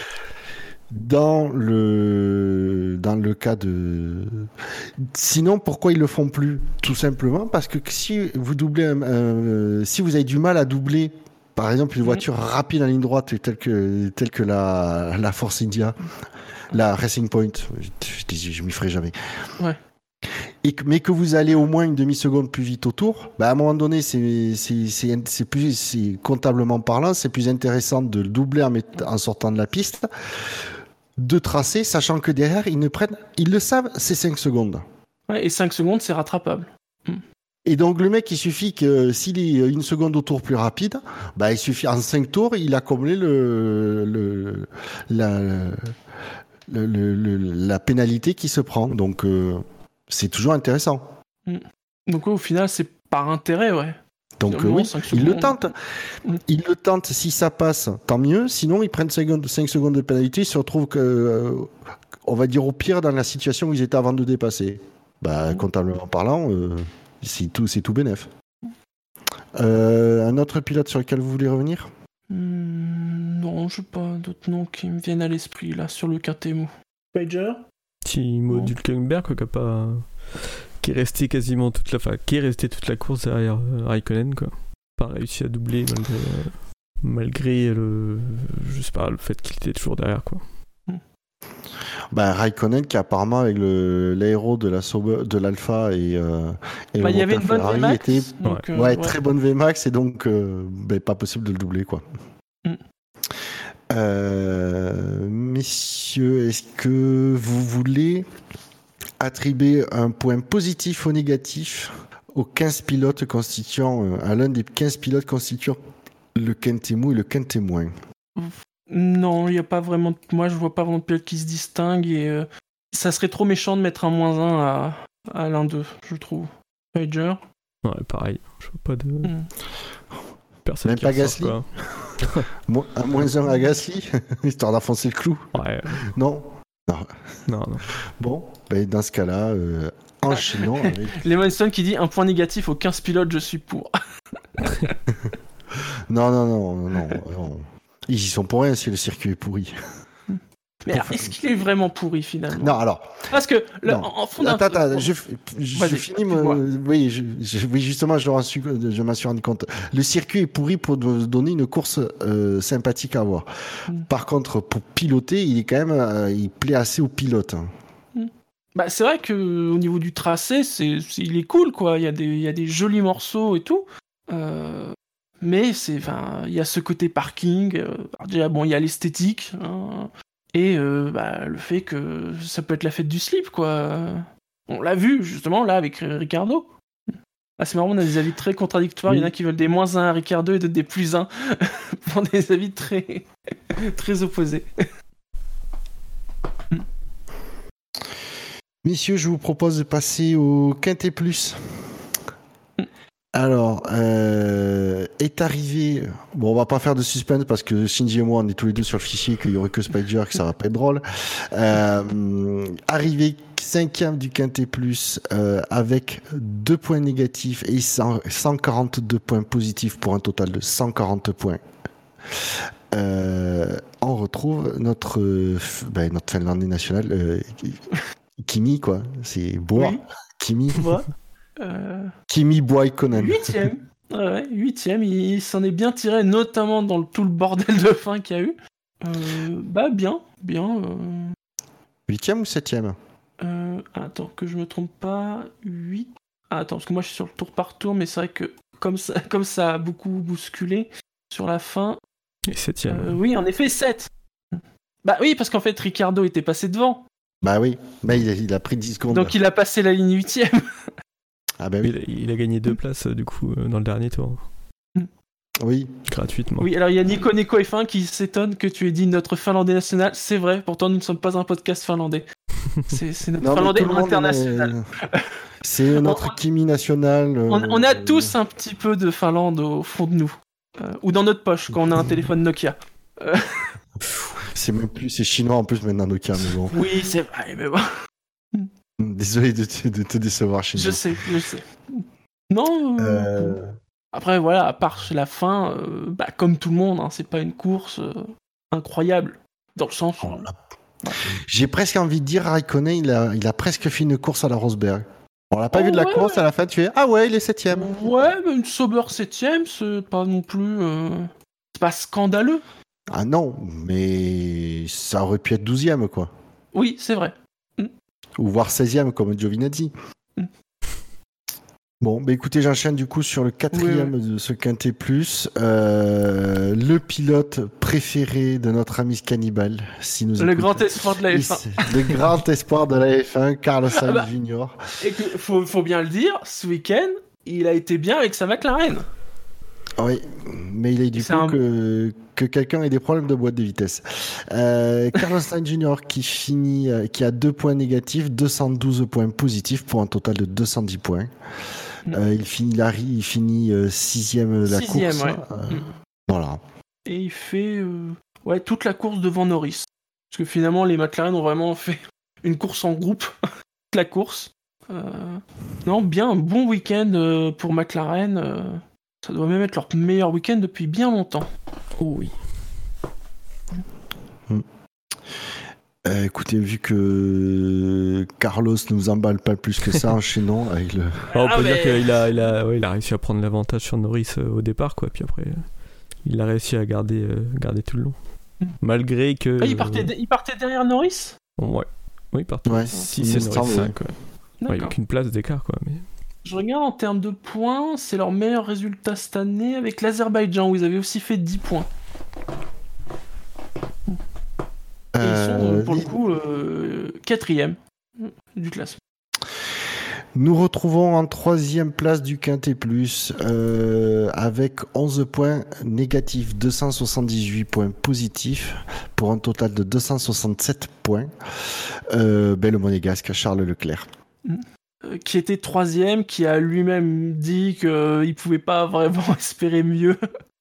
Dans le, dans le cas de... Sinon, pourquoi ils le font plus ? Tout simplement parce que si vous doublez, un, un, si vous avez du mal à doubler, par exemple, une voiture rapide en ligne droite telle que, telle que la, la Force India, la Racing Point, je, je, je m'y ferai jamais. Ouais. Et que, mais que vous allez au moins une demi-seconde plus vite autour, bah à un moment donné, c'est, c'est, c'est, c'est plus, c'est, comptablement parlant, c'est plus intéressant de le doubler en, met, en sortant de la piste, de tracer, sachant que derrière, ils ne prennent, ils le savent, c'est cinq secondes. Ouais, et cinq secondes, c'est rattrapable. Mm. Et donc, le mec, il suffit que s'il est une seconde au tour plus rapide, bah, il suffit, en cinq tours, il a comblé le, le, la, le, le, le, la pénalité qui se prend. Donc, euh, c'est toujours intéressant. Mmh. Donc ouais, au final, c'est par intérêt, ouais. Donc euh, oui, il le tente. Mmh. Il le tente. Si ça passe, tant mieux. Sinon, ils prennent cinq secondes de pénalité. Ils se retrouvent, que, euh, on va dire, au pire dans la situation où ils étaient avant de dépasser. Bah, mmh. Comptablement parlant, euh, c'est tout, c'est tout bénef. Euh, un autre pilote sur lequel vous voulez revenir ? mmh, Non, je sais pas d'autres noms qui me viennent à l'esprit là sur le Quintet-Mou. Pager ? Timo Hülkenberg, quoi, qui a pas, qui est resté quasiment toute la, enfin, qui est resté toute la course derrière euh, Raikkonen, quoi. Pas réussi à doubler malgré, euh, malgré le, je sais pas, le fait qu'il était toujours derrière, quoi. Bah, Raikkonen qui apparemment avec le l'aéro de la Sauber, de l'Alpha et, euh, et bah, il y avait une bonne Ferrari V MAX, était, donc, ouais, euh, ouais, ouais, très bonne V MAX et donc euh, bah, pas possible de le doubler, quoi. Mm. Euh, messieurs, est-ce que vous voulez attribuer un point positif ou négatif aux quinze pilotes constituant, euh, à l'un des quinze pilotes constituant le Quintet-Mou et le Quintet-Moins ? Non, il y a pas vraiment. De... Moi, je vois pas vraiment de pilote qui se distingue et euh, ça serait trop méchant de mettre un moins un à, à l'un d'eux, je trouve. Pager ? Ouais, pareil. Je vois pas de. Mm. Personne Même qui pas ressort, Gasly. Quoi. Un moins un à Gasly, histoire d'enfoncer le clou. Ouais. Non. Non. Non, non. Bon, ben dans ce cas-là, euh, enchaînons avec... Lemonstone qui dit un point négatif aux quinze pilotes, je suis pour. non, non, non, non, non, non. Ils y sont pour rien si le circuit est pourri. Mais alors, est-ce qu'il est vraiment pourri finalement? Non, alors. Parce que là, non. en, en fond d'un- Attends, attends, je, je, Vas-y, je finis. tu me- vois. oui, je, je- oui, justement, je, m'en suis- je m'en suis rendu compte. Le circuit est pourri pour nous donner une course euh, sympathique à voir. Mm. Par contre, pour piloter, il est quand même, euh, il plaît assez aux pilotes. hein. Bah, c'est vrai que au niveau du tracé, c'est, c'est- il est cool, quoi. Il y a des, il y a des jolis morceaux et tout. Euh, mais c'est, enfin, il y a ce côté parking. euh, alors déjà, bon, il y a l'esthétique hein, et euh, bah, le fait que ça peut être la fête du slip, quoi. On l'a vu justement là avec Ricardo. Ah, c'est marrant, on a des avis très contradictoires. Il y en a qui veulent des moins un à Ricardo et d'autres des plus un pour des avis très, très opposés. Messieurs, je vous propose de passer au Quintet Plus. Alors, euh, est arrivé. Bon, on va pas faire de suspense parce que Shinji et moi, on est tous les deux sur le fichier, qu'il y aurait que Spider, que ça va pas être drôle. Euh, arrivé cinquième du Quintet Plus euh, avec deux points négatifs et cent quarante-deux points positifs pour un total de cent quarante points. Euh, on retrouve notre, euh, ben, notre Finlandais national, euh, Kimi, quoi. C'est Bois. Oui. Kimi. Ouais. Euh... Kimi Boikkonen. Huitième. Ouais, huitième, il, il s'en est bien tiré, notamment dans le, tout le bordel de fin qu'il y a eu. Euh, bah bien, bien. Euh, Huitième ou septième? euh, attends, que je me trompe pas. huit. Ah, attends, parce que moi je suis sur le tour par tour, mais c'est vrai que comme ça, comme ça a beaucoup bousculé sur la fin. Et septième. Euh, oui, en effet, sept. Bah oui, parce qu'en fait, Ricardo était passé devant. Bah oui, bah, il, a, il a pris dix secondes. Donc il a passé la ligne huitième. Ah bah oui. Il, a, il a gagné deux places euh, du coup euh, dans le dernier tour. Oui. Gratuitement. Oui, alors il y a Nico Neko F un qui s'étonne que tu aies dit notre Finlandais national. C'est vrai, pourtant nous ne sommes pas un podcast finlandais. C'est, c'est notre Non, mais Finlandais tout le monde international. est- C'est notre On- Kimi national. euh, On, on a tous un petit peu de Finlande au fond de nous. Euh, ou dans notre poche quand on a un téléphone Nokia. C'est même plus, c'est chinois en plus maintenant Nokia, mais bon. Oui, c'est vrai, mais bon. Désolé de te, de te décevoir, Shinji. Je sais, je sais. Non. euh, Euh, Après, voilà, à part chez la fin, euh, bah, comme tout le monde, hein, c'est pas une course euh, incroyable. Dans le sens où. oh, là. J'ai presque envie de dire, Raikkonen, il a, il a presque fait une course à la Rosberg. On l'a pas Oh, vu de la ouais. course, à la fin tu es, ah ouais, il est septième. Ouais, mais une Sauber septième, c'est pas non plus. euh, C'est pas scandaleux. Ah non, mais ça aurait pu être douzième, quoi. Oui, c'est vrai. Ou voire seizième, comme Giovinazzi. Mm. Bon, bah écoutez, j'enchaîne du coup sur le quatrième Oui, de ce Quintet Plus. Euh, le pilote préféré de notre ami Cannibal, si nous Le écoute. grand espoir de la Et F un. c'est Le grand espoir de la F un, Carlos Sainz bah. Junior Et que, faut, faut bien le dire, ce week-end, il a été bien avec sa McLaren. Oui, mais il a eu du C'est coup un- que, que quelqu'un ait des problèmes de boîte de vitesse. Euh, Carlos Sainz Junior qui finit, euh, qui a deux points négatifs, deux cent douze points positifs pour un total de deux cent dix points. Mm. Euh, il finit Larry, il finit euh, sixième de la Sixième, course. ouais. Euh, Mm. Voilà. Et il fait euh, ouais, toute la course devant Norris. Parce que finalement, les McLaren ont vraiment fait une course en groupe. Toute la course. Euh, Non, bien, un bon week-end euh, pour McLaren. euh, Ça doit même être leur meilleur week-end depuis bien longtemps. Oh oui. Euh, écoutez, vu que Carlos nous emballe pas plus que ça, enchaînons avec le. Ah, on Ah, peut mais- dire qu'il a, il a, ouais, il a réussi à prendre l'avantage sur Norris euh, au départ, quoi. Puis après, euh, il a réussi à garder, euh, garder tout le long. Mm. Malgré que. Ah, il, partait, il partait derrière Norris. Ouais. Oui, il partait. Ouais, six il et me Norris semble, cinq, ouais. Ouais, D'accord. avec une place d'écart, quoi. Mais... Je regarde en termes de points, c'est leur meilleur résultat cette année avec l'Azerbaïdjan où ils avaient aussi fait dix points. Et ils sont euh, pour le coup euh, quatrième du classement. Nous retrouvons en troisième place du Quintet Plus euh, avec onze points négatifs, deux cent soixante-dix-huit points positifs pour un total de deux cent soixante-sept points. Euh, ben, le monégasque Charles Leclerc. Euh, qui était troisième, qui a lui-même dit qu'il ne pouvait pas vraiment espérer mieux.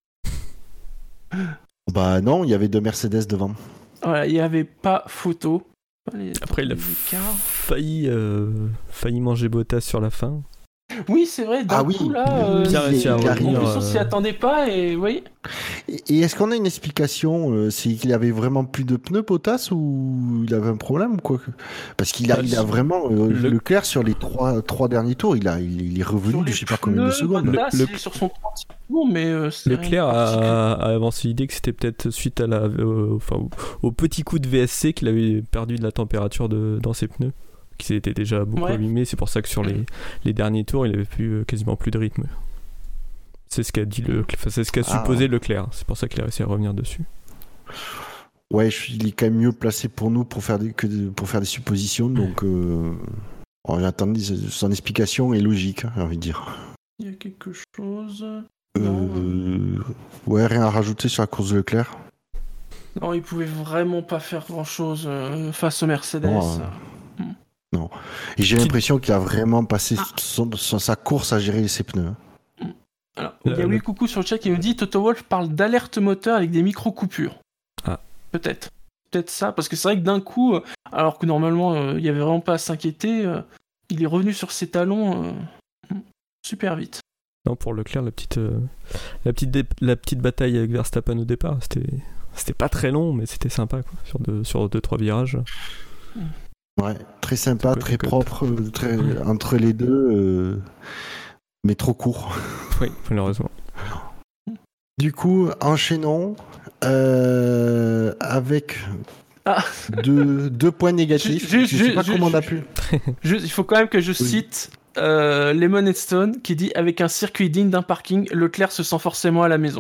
Bah non, il y avait deux Mercedes devant. Voilà, il n'y avait pas photo. Les- Après, il a les écarts. failli, euh, failli manger Bottas sur la fin. Oui, c'est vrai, d'un Ah coup, oui, là, euh, Pierre réussit à c'est- en revenir, plus, on s'y euh, attendait pas, et oui. Et, et est-ce qu'on a une explication euh, C'est qu'il avait vraiment plus de pneus Bottas ou il avait un problème ou quoi Parce qu'il a, Bah, il a si- vraiment euh, le- Leclerc sur les trois, trois derniers tours, il a, il, il est revenu Sur de les je sais pas combien de pneus, secondes. Bottas, Le- il est sur son trente secondes, mais euh, c'est rien de Leclerc particulier. a, a avancé l'idée que c'était peut-être suite à la, euh, enfin, au, au petit coup de V S C qu'il avait perdu de la température de, dans ses pneus, qui s'était déjà beaucoup Ouais. abîmé. C'est pour ça que sur les, les derniers tours, il avait plus, euh, quasiment plus de rythme. C'est ce qu'a dit le, enfin, c'est ce qu'a Ah. supposé Leclerc. C'est pour ça qu'il a réussi à revenir dessus. Ouais, je- il est quand même mieux placé pour nous pour faire des, que de- pour faire des suppositions. Donc, euh, on attend son explication est logique, hein, j'ai envie de dire. Il y a quelque chose. Non, Euh, ouais, rien à rajouter sur la course de Leclerc. non, il pouvait vraiment pas faire grand chose face au Mercedes. Non, euh, Non. Et j'ai l'impression qu'il a vraiment passé Ah. son- son- sa course à gérer ses pneus. Alors, il y a Le- oui le- coucou sur le chat qui nous dit Toto Wolff parle d'alerte moteur avec des micro-coupures. Ah. Peut-être. Peut-être ça, parce que c'est vrai que d'un coup, euh, alors que normalement euh, il y avait vraiment pas à s'inquiéter, euh, il est revenu sur ses talons euh, super vite. Non, pour Leclerc, la petite, euh, la petite, dé- la petite bataille avec Verstappen au départ, c'était, c'était pas très long, mais c'était sympa quoi, sur deux, sur deux trois virages. Ouais, très sympa, Côte à très côte. propre, euh, très, entre les deux, euh, mais trop court. Oui, malheureusement. Du coup, enchaînons euh, avec Ah. deux, deux points négatifs. Ju- Je ju- sais pas ju- comment on a ju- pu. Je- il faut quand même que je Oui. cite euh, Lemon Stone qui dit avec un circuit digne d'un parking, Leclerc se sent forcément à la maison.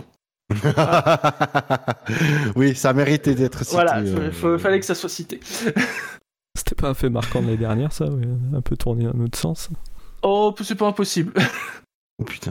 Oui, ça méritait d'être cité. Voilà, euh, il fallait que ça soit cité. C'était pas un fait marquant de l'année dernière, ça, ouais, un peu tourné dans un autre sens. Oh, c'est pas impossible. Oh putain.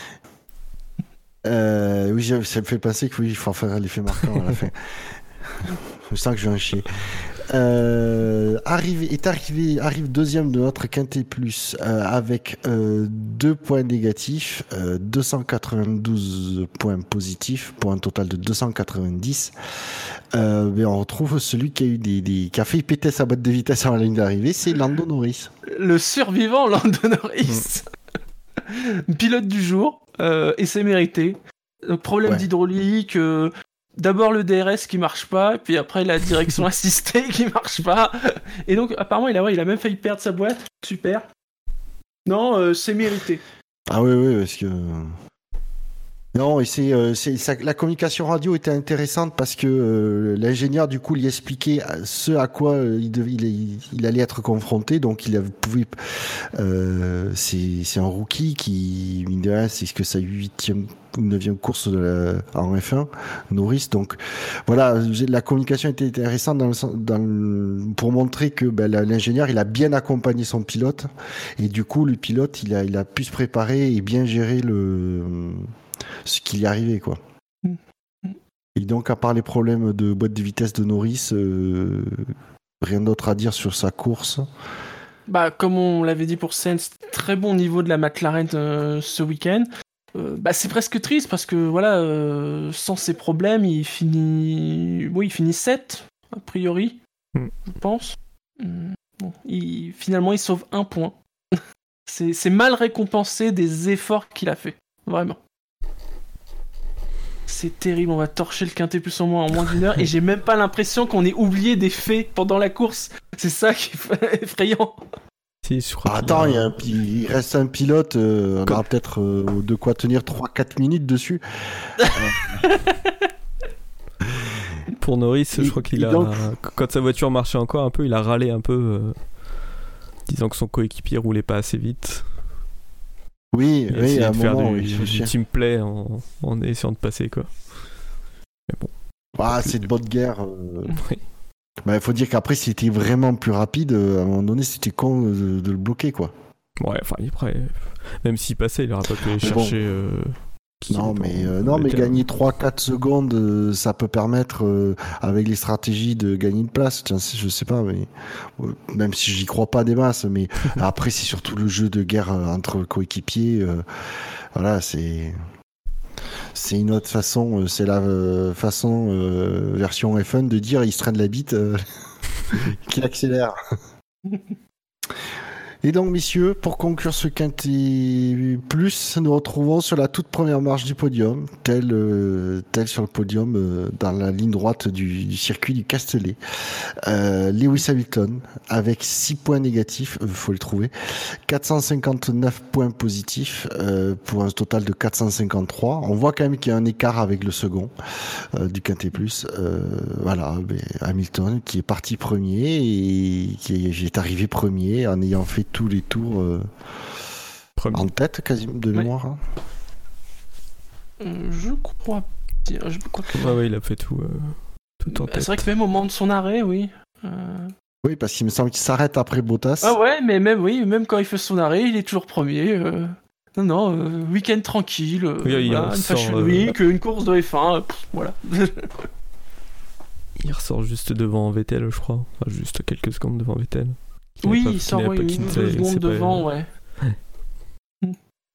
Euh, oui, j'ai- ça me fait penser que oui, il faut faire l'effet marquant à la fin. Je sens que je vais en chier. Euh, arrive, est arrivé, arrive deuxième de notre Quintet Plus euh, avec euh, deux points négatifs, euh, deux cent quatre-vingt-douze points positifs pour un total de deux cent quatre-vingt-dix. Euh, mais on retrouve celui qui a eu des, des qui a fait péter sa boîte de vitesse avant la ligne d'arrivée, c'est Lando Norris. Le survivant Lando Norris. Pilote du jour, euh, et c'est mérité. Donc, problème Ouais. d'hydraulique, euh, d'abord le D R S qui marche pas, puis après la direction assistée qui marche pas. Et donc apparemment il a, ouais, il a même failli perdre sa boîte. Super. Non, euh, c'est mérité. Ah oui, oui, parce que... Non, et c'est, euh, c'est ça, la communication radio était intéressante parce que euh, l'ingénieur, du coup, lui expliquait ce à quoi euh, il, devait, il, il allait être confronté. Donc, il avait, pouvait... Euh, c'est, c'est un rookie qui, mine de rien, c'est ce que sa huitième ou neuvième course de la, en F un, Norris. Donc, voilà, la communication était intéressante dans le, sens- dans le, pour montrer que ben, la- l'ingénieur, il a bien accompagné son pilote. Et du coup, le pilote, il a, il a pu se préparer et bien gérer le... ce qui y arrivait, quoi. Mm. Et donc, à part les problèmes de boîte de vitesse de Norris, euh, rien d'autre à dire sur sa course. Bah, comme on l'avait dit pour Sainz, très bon niveau de la McLaren euh, ce week-end. Euh, bah, c'est presque triste parce que voilà, euh, sans ces problèmes, il finit, oui, il finit sept a priori, Mm. je pense. Mm. Bon, il... Finalement, il sauve un point. c'est... c'est mal récompensé des efforts qu'il a fait, vraiment. C'est terrible, on va torcher le Quintet Plus en moins en moins d'une heure et j'ai même pas l'impression qu'on ait oublié des faits pendant la course. C'est ça qui est effrayant. Si, je crois Ah, qu'il y a- attends, il, y a un pi- il reste un pilote, euh, on Comme- aura peut-être euh, de quoi tenir trois quatre minutes dessus. Pour Norris, Et- je crois qu'il et a. donc- Quand sa voiture marchait encore un peu, il a râlé un peu, euh, disant que son coéquipier roulait pas assez vite. Oui, Il a oui, essayé à un de faire moment, du, oui, je me du souviens. team play en, en essayant de passer, quoi. Mais bon. Ah, c'est de bonne guerre. euh. Oui. Bah, il faut dire qu'après, si c'était vraiment plus rapide, euh, à un moment donné, c'était con de, de le bloquer, quoi. Ouais, enfin, après, même s'il passait, il aurait pas pu aller Mais bon. chercher. euh, qui Non, dépend, mais, euh, euh, non, mais Leclerc. gagner trois quatre secondes, euh, ça peut permettre, euh, avec les stratégies, de gagner une place. Tiens, c'est- je sais pas, mais euh, même si j'y crois pas des masses, mais après, c'est surtout le jeu de guerre euh, entre coéquipiers. euh, voilà, c'est. C'est une autre façon, euh, c'est la euh, façon euh, version F un de dire il se traîne la bite, euh, qu'il accélère. Et donc, messieurs, pour conclure ce Quintet Plus, nous retrouvons sur la toute première marche du podium, tel, euh, tel sur le podium euh, dans la ligne droite du, du circuit du Castellet. Euh, Lewis Hamilton, avec six points négatifs, il euh, faut le trouver, quatre cent cinquante-neuf points positifs, euh, pour un total de quatre cent cinquante-trois. On voit quand même qu'il y a un écart avec le second euh, du Quintet Plus. Euh, voilà, ben, Hamilton qui est parti premier et qui est, est arrivé premier en ayant fait tous les tours euh, en tête quasiment de mémoire. Hein. Euh, je crois je crois que... Ouais, ouais, il a fait tout, euh, tout en bah, tête. c'est vrai que même au moment de son arrêt, oui. Euh... Oui, parce qu'il me semble qu'il s'arrête après Bottas. Ah ouais, mais même oui, même quand il fait son arrêt, il est toujours premier. Euh... Non, non, euh, week-end tranquille. Euh, oui, voilà, une Fashion Week, euh... une course de F un, pff, voilà. Il ressort juste devant Vettel, je crois. Enfin, juste quelques secondes devant Vettel. Il oui, pas, il sort ouais, une ou deux secondes devant, pas... ouais. ouais.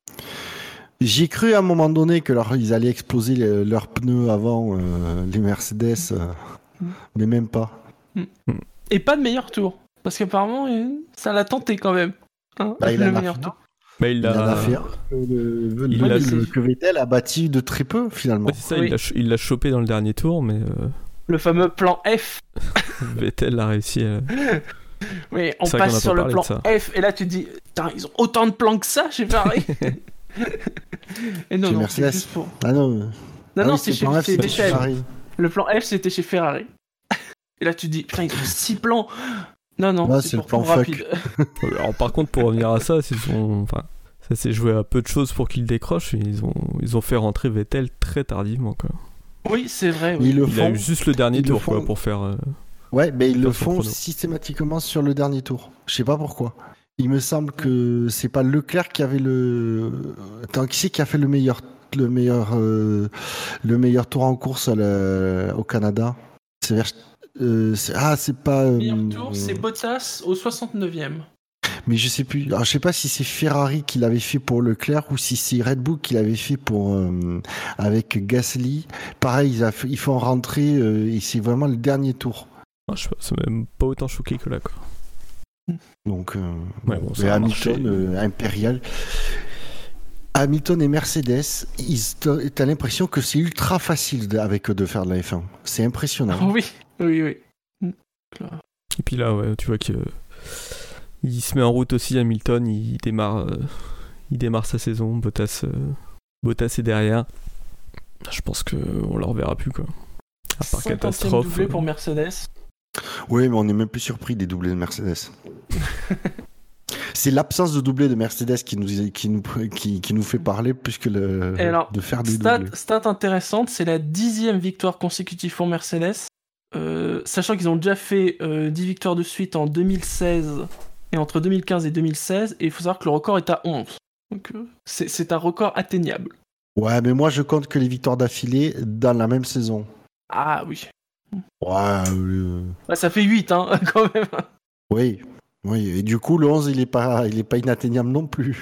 J'ai cru à un moment donné que leur, ils allaient exploser les, leurs pneus avant euh, les Mercedes, euh, mm. mais même pas. Mm. Et pas de meilleur tour, parce qu'apparemment ça l'a tenté quand même. Hein, bah, il le a meilleur tour. Bah, il, il a... en a fait un. Le, le, il le, a... le, que Vettel a battu de très peu finalement. Ouais, c'est ça, oui. il l'a chopé dans le dernier tour, mais. Euh... Le fameux plan F. Vettel a réussi à. Oui, on passe sur le plan F, et là tu te dis, ils ont autant de plans que ça chez Ferrari. Et non, chez non, Mercedes. c'est juste pour... Ah non, non, ah non, oui, c'est, c'est chez, F, c'est c'est chez Ferrari. Le plan F, c'était chez Ferrari. Et là tu te dis, putain, ils ont six plans. Non, non, ouais, c'est, c'est pour le plan tour rapide. Alors par contre, pour revenir à ça, c'est son... enfin, ça s'est joué à peu de choses pour qu'il décroche. Ils ont, ils ont fait rentrer Vettel très tardivement, quoi. Oui, c'est vrai. Oui. Ils le il font, a eu juste le dernier tour, font... quoi, pour faire... Euh... Ouais, mais ils le font systématiquement sur le dernier tour. Je sais pas pourquoi. Il me semble que c'est pas Leclerc qui avait le. Attends, qui c'est qui a fait le meilleur, le meilleur, euh, le meilleur tour en course à la... au Canada. C'est vers. Euh, c'est... Ah, c'est pas. Le meilleur euh... tour, c'est Bottas au soixante-neuvième. Mais je sais plus. Alors, je sais pas si c'est Ferrari qui l'avait fait pour Leclerc ou si c'est Red Bull qui l'avait fait pour euh, avec Gasly. Pareil, ils, a fait... ils font rentrer euh, et c'est vraiment le dernier tour. Ah, je sais pas, ça m'a même pas autant choqué que là, quoi. Donc, euh, ouais, bon, bon, Hamilton, euh, Impérial. Hamilton et Mercedes, ils, t'as l'impression que c'est ultra facile de, avec eux de faire de la F un. C'est impressionnant. Oh, oui, oui, oui. Et puis là, ouais, tu vois qu'il il se met en route aussi, Hamilton, il démarre, euh, il démarre sa saison. Bottas, euh, Bottas est derrière. Je pense qu'on ne le reverra plus, quoi. À part catastrophe. Doublé pour Mercedes. Oui, mais on n'est même plus surpris des doublés de Mercedes. C'est l'absence de doublés de Mercedes qui nous, qui nous, qui, qui nous fait parler plus que le, alors, de faire des stat, doublés. Stat intéressante, c'est la dixième victoire consécutive pour Mercedes, euh, sachant qu'ils ont déjà fait euh, dix victoires de suite en deux mille seize et entre deux mille quinze et deux mille seize, et il faut savoir que le record est à onze. Donc euh, c'est, c'est un record atteignable. Ouais, mais moi je compte que les victoires d'affilée dans la même saison. Ah oui. Ouais, euh... bah, ça fait huit, hein, quand même. Oui, oui. Et du coup, le onze, il est pas, il est pas inatteignable non plus.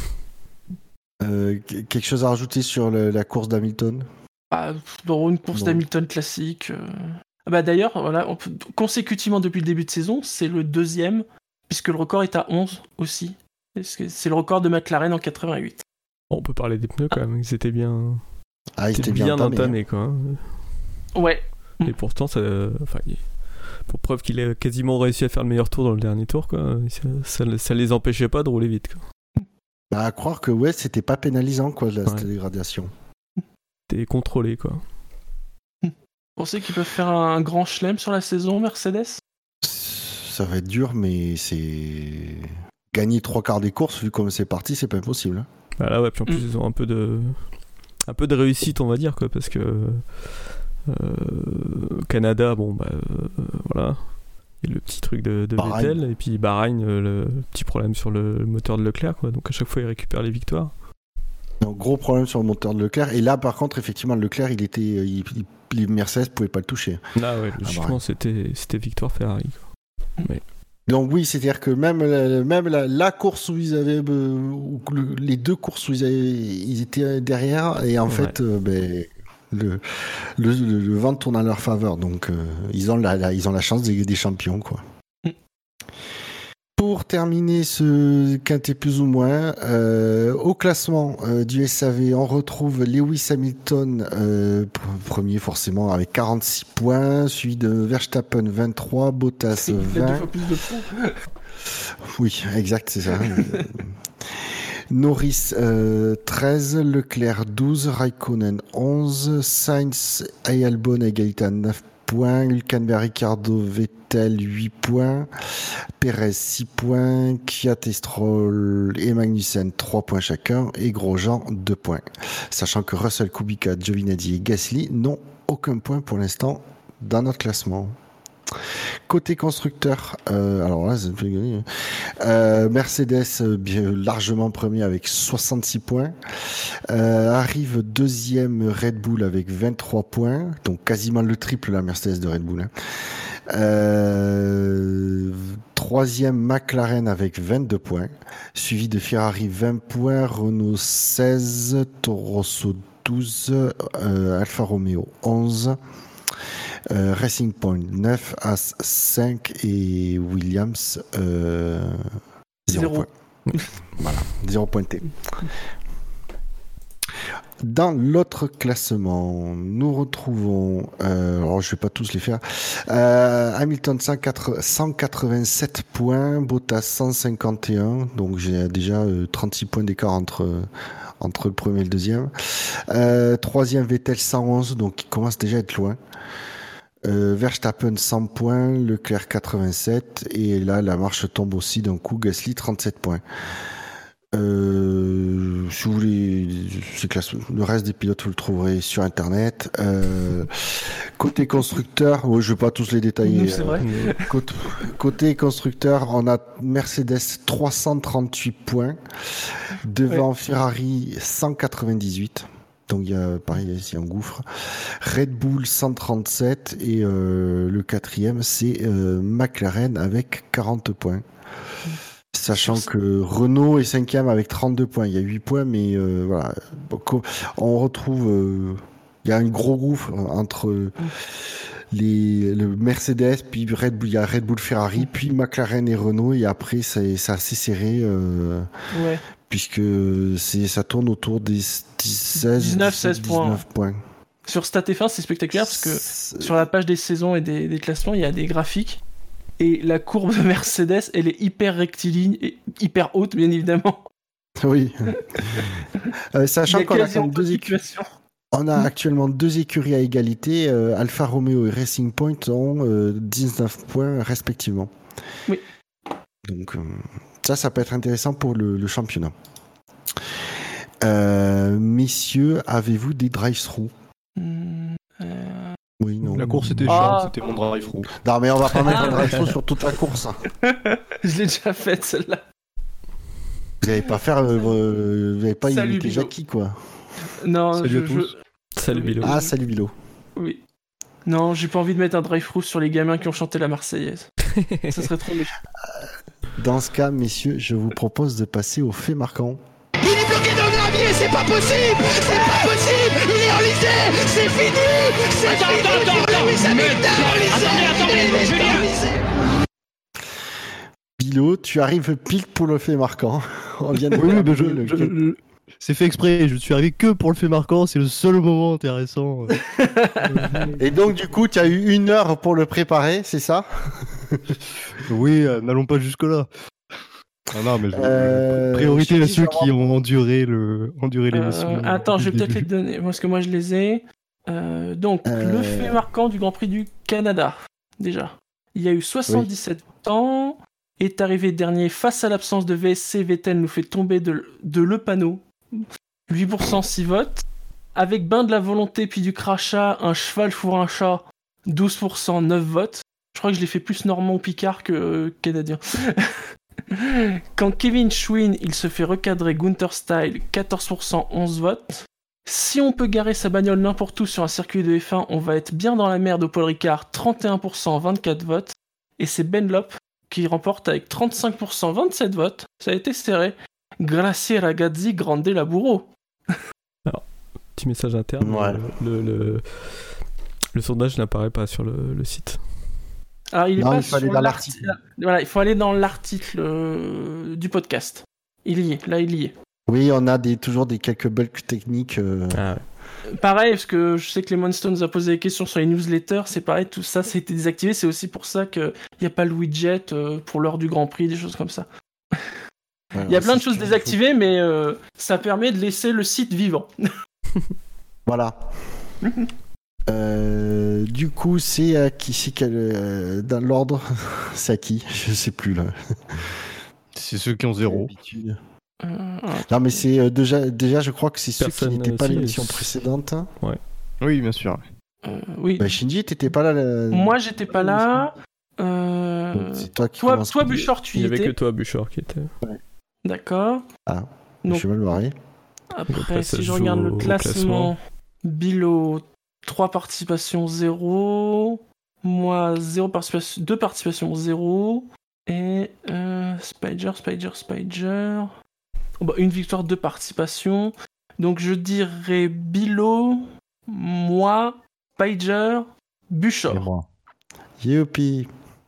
euh, quelque chose à rajouter sur le, la course d'Hamilton ? Ah, dans une course non. d'Hamilton classique. Euh... Ah bah d'ailleurs, voilà, on peut... consécutivement depuis le début de saison, c'est le deuxième, puisque le record est à onze aussi. C'est le record de McLaren en quatre-vingt-huit. Bon, on peut parler des pneus quand même, ils étaient bien, ah, ils étaient bien, bien entamés, hein. quoi. Hein. Ouais. Et pourtant, ça, enfin, pour preuve qu'il a quasiment réussi à faire le meilleur tour dans le dernier tour, quoi. Ça, ça, ça les empêchait pas de rouler vite, quoi. Bah, à croire que ouais, c'était pas pénalisant, quoi, la, ouais. cette dégradation. C'était contrôlé, quoi. Vous pensez qu'ils peuvent faire un grand chelem sur la saison, Mercedes ? Ça va être dur, mais c'est gagner trois quarts des courses, vu comme c'est parti, c'est pas impossible. Hein. Bah là, ouais, puis en plus, mm. ils ont un peu de, un peu de réussite, on va dire, quoi, parce que. Euh, Canada, bon bah euh, voilà, et le petit truc de, de Vettel, et puis Bahreïn, euh, le petit problème sur le, le moteur de Leclerc, quoi. Donc à chaque fois il récupère les victoires. Un gros problème sur le moteur de Leclerc, et là par contre effectivement Leclerc il était, il, il, les Mercedes pouvaient pas le toucher. Ah ouais, logiquement c'était, c'était victoire Ferrari, quoi. Mais... Donc oui, c'est-à-dire que même la, même la, la course où ils avaient, euh, où le, les deux courses où ils, avaient, ils étaient derrière, et en ouais. fait euh, ben Le, le, le, le vent tourne en leur faveur, donc euh, ils, ont la, la, ils ont la chance des, des champions, quoi. Mm. Pour pour terminer ce quintet plus ou moins, euh, au classement euh, du S A V, on retrouve Lewis Hamilton, euh, premier forcément avec quarante-six points, suivi de Verstappen vingt-trois, Bottas Il a deux vingt. fois plus de points. Oui, exact, c'est ça. Norris euh, treize, Leclerc douze, Raikkonen onze, Sainz et Albon à égalité à neuf points, Hülkenberg, Ricciardo, Vettel huit points, Perez six points, Kvyat et Stroll et Magnussen trois points chacun et Grosjean deux points. Sachant que Russell, Kubica, Giovinazzi et Gasly n'ont aucun point pour l'instant dans notre classement. Côté constructeur, euh, alors là, c'est euh, Mercedes euh, bien, largement premier avec soixante-six points. Euh, arrive deuxième Red Bull avec vingt-trois points, donc quasiment le triple la Mercedes de Red Bull. Hein. Euh, troisième McLaren avec vingt-deux points, suivi de Ferrari vingt points, Renault seize, Toro Rosso douze, euh, Alfa Romeo onze. Euh, Racing Point neuf, As cinq et Williams euh, zéro point. Voilà, zéro pointé. Dans l'autre classement, nous retrouvons, euh, alors je ne vais pas tous les faire, euh, Hamilton cent quatre-vingt-sept points, Bottas cent cinquante et un, donc j'ai déjà euh, trente-six points d'écart entre, entre le premier et le deuxième. Euh, troisième Vettel cent onze, donc il commence déjà à être loin. Euh, Verstappen cent points, Leclerc quatre-vingt-sept, et là la marche tombe aussi d'un coup, Gasly trente-sept points. Euh, si vous voulez, c'est classe, le reste des pilotes vous le trouverez sur internet. Euh, côté constructeur, oh, je vais pas tous les détailler. Nous, c'est vrai. Euh, côté, côté constructeur, on a Mercedes trois cent trente-huit points, devant ouais. Ferrari cent quatre-vingt-dix-huit. Donc il y a pareil, il y a un gouffre. Red Bull cent trente-sept et euh, le quatrième c'est euh, McLaren avec quarante points. Sachant que Renault est cinquième avec trente-deux points. Il y a huit points, mais euh, voilà. On retrouve, euh, il y a un gros gouffre entre les le Mercedes, puis Red Bull, il y a Red Bull, Ferrari, puis McLaren et Renault, et après c'est, c'est assez serré. Euh, ouais. Puisque c'est, ça tourne autour des seize, dix-neuf, seize points. points. Sur Stat F un, c'est spectaculaire parce que c'est... sur la page des saisons et des, des classements, il y a des graphiques. Et la courbe de Mercedes, elle est hyper rectiligne et hyper haute, bien évidemment. Oui. euh, sachant qu'on a quand même deux écuries. On a actuellement deux écuries à égalité. Euh, Alfa Romeo et Racing Point ont euh, dix-neuf points respectivement. Oui. Donc... Euh... Ça, ça peut être intéressant pour le, le championnat. Euh, messieurs, avez-vous des drive-through ? mmh, euh... Oui, non. La course était ah. chiante, c'était mon drive-through. Non, mais on va pas mettre un drive-through sur toute la course. Je l'ai déjà faite, celle-là. Vous n'allez pas faire, euh, vous n'allez pas salut, imiter Bilo. Jackie, quoi. Non, salut je, à tous. Je... Salut Bilo. Ah, salut Bilo. Oui. Non, j'ai pas envie de mettre un drive-through sur les gamins qui ont chanté la Marseillaise. Ça serait trop méchant. Dans ce cas, messieurs, je vous propose de passer au fait marquant. Il est bloqué dans le gravier, c'est pas possible, c'est pas possible, il est enlisé, c'est fini, c'est attends, fini attends, pour attends, Lewis Hamilton, enlisé, il est enlisé. Bilo, tu arrives pile pour le fait marquant. On vient de oui, oui, mais je, le... je, je... C'est fait exprès, je suis arrivé que pour le fait marquant, c'est le seul moment intéressant. Et donc du coup, tu as eu une heure pour le préparer, c'est ça ? Oui, euh, n'allons pas jusque-là. Ah non, mais je... euh, priorité je à ceux vraiment... qui ont enduré, le... enduré l'émission. Euh, attends, je vais peut-être les donner, parce que moi je les ai. Euh, donc, euh... le fait marquant du Grand Prix du Canada, déjà. Il y a eu soixante-dix-sept oui. ans, est arrivé dernier face à l'absence de V S C, Vettel nous fait tomber de, de le panneau. huit pour cent six votes. Avec bain de la volonté puis du crachat, un cheval fourre un chat, douze pour cent neuf votes. Je crois que je l'ai fait plus normand ou picard que euh, canadien. Quand Kevin Schwinn, il se fait recadrer Gunther Style, quatorze pour cent onze votes. Si on peut garer sa bagnole n'importe où sur un circuit de F un, on va être bien dans la merde au Paul Ricard, trente et un pour cent vingt-quatre votes. Et c'est Benlop qui remporte avec trente-cinq pour cent vingt-sept votes. Ça a été serré. Grazie ragazzi, grande laburo. Alors, petit message interne. Ouais. Le, le, le, le sondage n'apparaît pas sur le, le site. Alors, il est Non, pas il faut aller sur dans l'article. Voilà, il faut aller dans l'article euh, du podcast. Il y est, là, il y est. Oui, on a des, toujours des quelques bugs techniques. euh, Ah, Pareil, parce que je sais que les Monsters nous a posé des questions sur les newsletters, c'est pareil, tout ça, ça a été désactivé. C'est aussi pour ça qu'il n'y a pas le widget euh, pour l'heure du Grand Prix, des choses comme ça. ouais, Il y a ouais, plein de c'est choses sûr. désactivées, mais euh, ça permet de laisser le site vivant. Voilà. Euh, du coup, c'est à qui c'est quel, euh, dans l'ordre c'est à qui? Je sais plus là. C'est ceux qui ont zéro. D'habitude. Euh, Non, mais c'est euh, déjà, déjà, je crois que c'est ceux qui Personne, n'étaient pas à si, l'émission si. précédente. Oui, bien sûr. euh, oui. Bah, Shinji, t'étais pas là. la- Moi, j'étais pas là. Euh, Donc, c'est toi qui Toi, commence. toi Bouchard, tu il y y avait que étais. toi, Bouchard, qui était. D'accord. Ah, Donc, je suis mal barré. après, Après, ça si je joue regarde le au classement, classement. Bilo, trois participations, zéro. Moi, zéro participation, deux participations, zéro. Et euh, Spider, Spider, Spider. Oh, bah, une victoire, deux participations. Donc, je dirais Bilo, moi, Spider, Bouchard. Et moi. Youpi.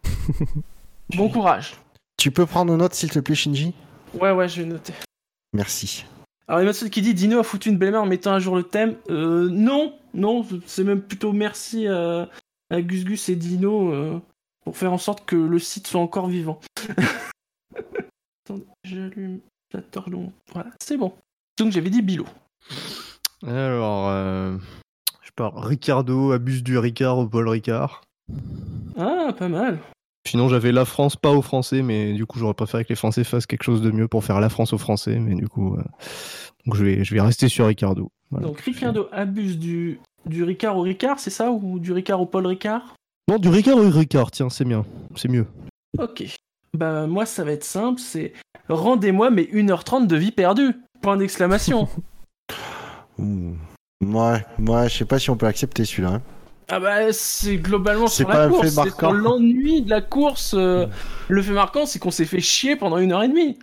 Bon courage. Tu peux prendre note, s'il te plaît, Shinji? Ouais, ouais, je vais noter. Merci. Alors, il y a Matsuda qui dit Dino a foutu une belle main en mettant à jour le thème. Euh, non, non, c'est même plutôt merci à, à Gus Gus et Dino euh, pour faire en sorte que le site soit encore vivant. Attendez, j'allume la torche. Donc, voilà, c'est bon. Donc, j'avais dit Bilo. Alors, euh, je pars. Ricardo abuse du Ricard au Paul Ricard. Ah, pas mal. Sinon, j'avais la France pas aux Français, mais du coup, j'aurais préféré que les Français fassent quelque chose de mieux pour faire la France aux Français, mais du coup, euh, donc je vais, je vais rester sur Ricardo. Voilà. Donc, Ricardo abuse du, du Ricard au Ricard, c'est ça? Ou du Ricard au Paul Ricard? Non, du Ricard au Ricard, tiens, c'est bien, c'est mieux. Ok. Bah, moi, ça va être simple, c'est rendez-moi mes une heure trente de vie perdue. Point d'exclamation. Ouh. Ouais, ouais, je sais pas si on peut accepter celui-là. hein. Ah bah c'est globalement C'est sur pas la un fait course, c'est marquant. sur l'ennui de la course. euh, Le fait marquant, c'est qu'on s'est fait chier pendant une heure et demie.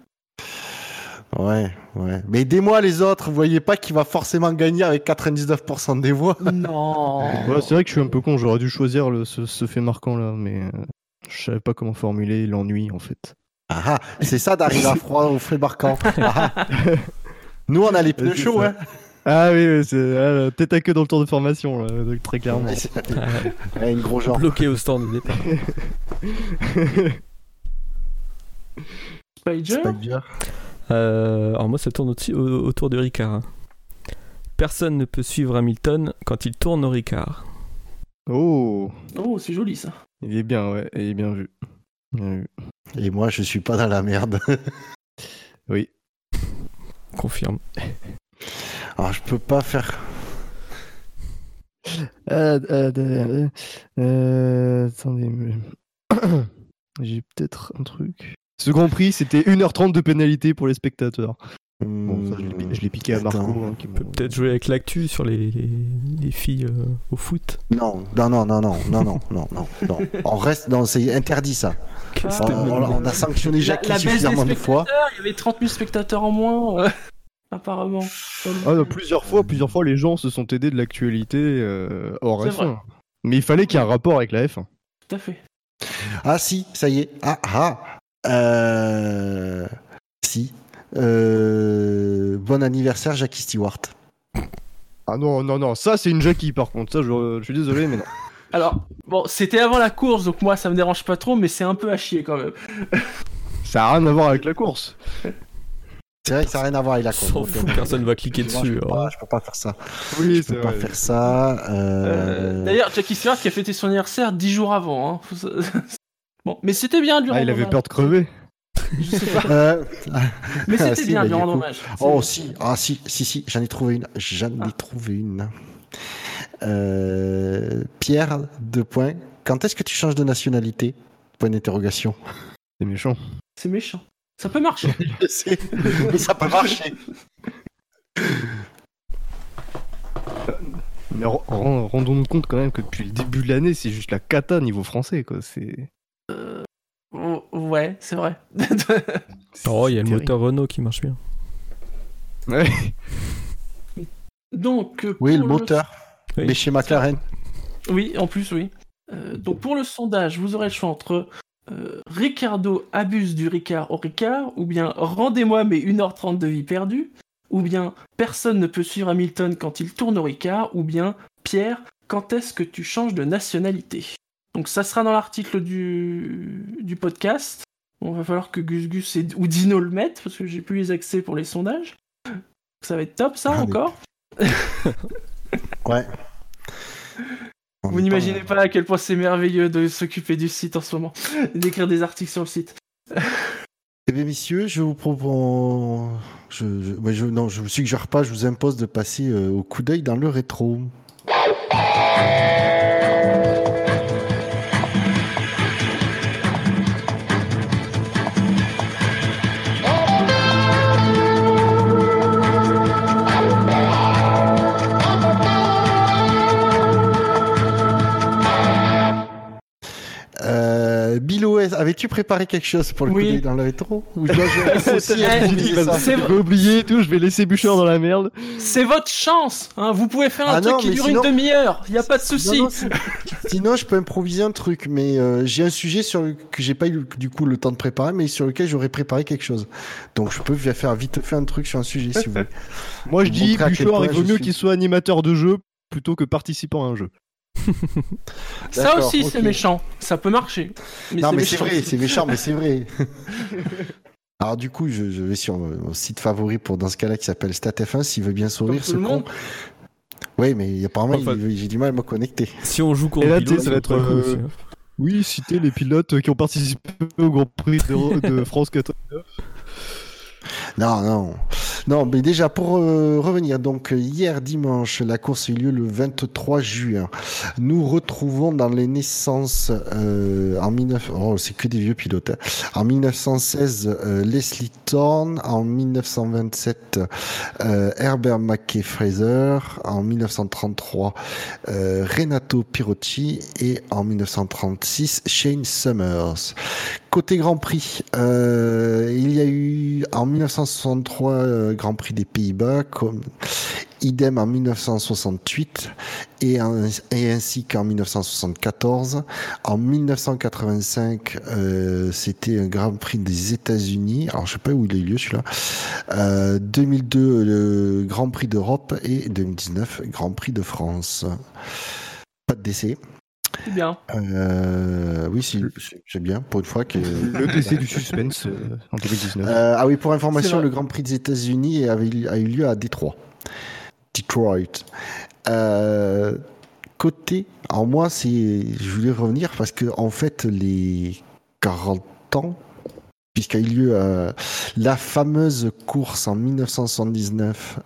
Ouais, ouais. Mais aidez-moi les autres, vous voyez pas qu'il va forcément gagner avec quatre-vingt-dix-neuf pour cent des voix. Non. Ouais, c'est vrai que je suis un peu con, j'aurais dû choisir le, ce, ce fait marquant là, mais euh, je savais pas comment formuler l'ennui en fait. Ah, ah, c'est ça d'arriver à froid au fait marquant. Ah, ah. Nous, on a les pneus C'est chauds, ça. hein. Ah oui, oui, c'est ah, tête à queue dans le tour de formation, là, donc très clairement. Ouais, c'est- ouais, une gros genre. Bloqué au stand de départ. Spider. Spider. Euh, alors moi, ça tourne aussi au- autour du Ricard. hein. Personne ne peut suivre Hamilton quand il tourne au Ricard. Oh, Oh, c'est joli ça. il est bien, ouais, il est bien vu. Bien vu. Et moi, je suis pas dans la merde. Oui. Confirme. Alors, je peux pas faire. Euh, euh, euh, euh, attendez, mais- j'ai peut-être un truc. Ce Grand Prix, c'était une heure trente de pénalité pour les spectateurs. Bon, ça, je l'ai pi- je l'ai piqué à Marco. Attends. hein, qui On peut m'ont- peut-être jouer avec l'actu sur les, les, les filles euh, au foot. Non, non, non, non, non, non, non, non, non, non. On reste dans. C'est interdit ça. Qu'est-ce On, que Ah, on- t'as on a sanctionné La, Jackie la baisse des suffisamment de fois. spectateurs, il y avait trente mille spectateurs en moins, euh, apparemment. Ah, non, plusieurs fois, plusieurs fois, les gens se sont aidés de l'actualité euh, hors C'est F un. Mais il fallait qu'il y ait un rapport avec la F un. Tout à fait. Ah si, ça y est. Ah ah. Euh... Si. Euh... Bon anniversaire, Jackie Stewart. Ah non, non, non, ça c'est une Jackie par contre, ça je, je suis désolé, mais non. Alors, bon, c'était avant la course, donc moi ça me dérange pas trop, mais c'est un peu à chier quand même. Ça a rien à voir avec la course. C'est vrai que ça n'a rien à voir avec la S'en course. fout, personne va cliquer Moi, dessus. Je peux, alors. pas, je peux pas faire ça. Oui, Je c'est peux pas vrai. faire ça. Euh, Euh... D'ailleurs, Jackie Stewart qui a fêté son anniversaire dix jours avant. Hein. Faut ça- Bon, mais c'était bien de lui Ah, rendre il avait hommage. peur de crever. Je sais pas. Euh, Mais Ah, c'était si, bien bah, de lui du rendre coup. hommage. Oh C'est- si, ah si, si, si, j'en ai trouvé une. J'en ai Ah. trouvé une. Euh, Pierre, deux points. Quand est-ce que tu changes de nationalité? Point d'interrogation. C'est méchant. C'est méchant. Ça peut marcher. Je sais, mais ça peut marcher. Mais ren- ren- rendons-nous compte quand même que depuis le début de l'année, c'est juste la cata niveau français, quoi. C'est. Oh, ouais, c'est vrai. Oh, il y a le terrible. moteur Renault qui marche bien. Ouais. Donc, euh, Oui, pour le moteur. Oui. Mais chez McLaren. Oui, en plus, oui. Euh, donc pour le sondage, vous aurez le choix entre euh, Ricardo abuse du Ricard au Ricard, ou bien rendez-moi mes une heure trente de vie perdue, ou bien personne ne peut suivre Hamilton quand il tourne au Ricard, ou bien Pierre, quand est-ce que tu changes de nationalité? Donc ça sera dans l'article du, du podcast. Bon, va falloir que Gus Gus et... ou Dino le mettent, parce que j'ai plus les accès pour les sondages. Ça va être top, ça, ah, encore mais... Ouais. On Vous n'imaginez pas... pas à quel point c'est merveilleux de s'occuper du site en ce moment, d'écrire des articles sur le site. Eh bien, messieurs, je vous propose... Je, je, je, non, je vous suggère pas, je vous impose de passer euh, au coup d'œil dans le rétro. Euh, Bilo, avais-tu préparé quelque chose pour le oui. coup d'œil dans le rétro? Ou je dois je aussi c'est v... oublié tout, je vais laisser Bouchard dans la merde. C'est votre chance, hein, vous pouvez faire un ah truc non, qui dure sinon... une demi-heure, y a pas de souci. Non, non, sinon, je peux improviser un truc, mais euh, j'ai un sujet sur le... que j'ai pas eu du coup le temps de préparer, mais sur lequel j'aurais préparé quelque chose. Donc je peux faire vite faire un truc sur un sujet si vous voulez. Moi je dis Bouchard, il vaut mieux suis... qu'il soit animateur de jeu plutôt que participant à un jeu. Ça aussi okay. C'est méchant, ça peut marcher. Mais non c'est mais méchant. C'est vrai, c'est méchant mais c'est vrai. Alors du coup je, je vais sur mon site favori pour dans ce cas-là qui s'appelle StatF un s'il veut bien sourire ce con. Oui mais apparemment enfin, il, j'ai du mal à me connecter. Si on joue contre là, pilote, ça va être euh... aussi, hein. Oui, citer les pilotes qui ont participé au Grand Prix de, de France quatre-vingt-neuf. Non, non. Non, mais déjà, pour euh, revenir, donc hier dimanche, la course a eu lieu le vingt-trois juin. Nous retrouvons dans les naissances euh, en dix-neuf... Oh, c'est que des vieux pilotes. Hein. En dix-neuf cent seize, euh, Leslie Thorne. En dix-neuf cent vingt-sept, euh, Herbert Mackey Fraser. En dix-neuf cent trente-trois, euh, Renato Pirocci. Et en dix-neuf cent trente-six, Shane Summers. Côté Grand Prix, euh, il y a eu en dix-neuf cent soixante-trois euh, Grand Prix des Pays-Bas, comme idem en dix-neuf cent soixante-huit et, en, et ainsi qu'en dix-neuf cent soixante-quatorze. En dix-neuf cent quatre-vingt-cinq, euh, c'était un Grand Prix des États-Unis. Alors je sais pas où il a eu lieu celui-là. Euh, deux mille deux, le Grand Prix d'Europe et deux mille dix-neuf, Grand Prix de France. Pas de décès. C'est bien. Euh, oui, c'est, c'est bien, pour une fois que... Le décès du suspense euh, en deux mille dix-neuf. Euh, ah oui, pour information, le Grand Prix des États-Unis avait, a eu lieu à Détroit. Detroit. Euh, côté... Alors moi, c'est, je voulais revenir parce que en fait, les quarante ans, puisqu'a eu lieu euh, la fameuse course en dix-neuf cent soixante-dix-neuf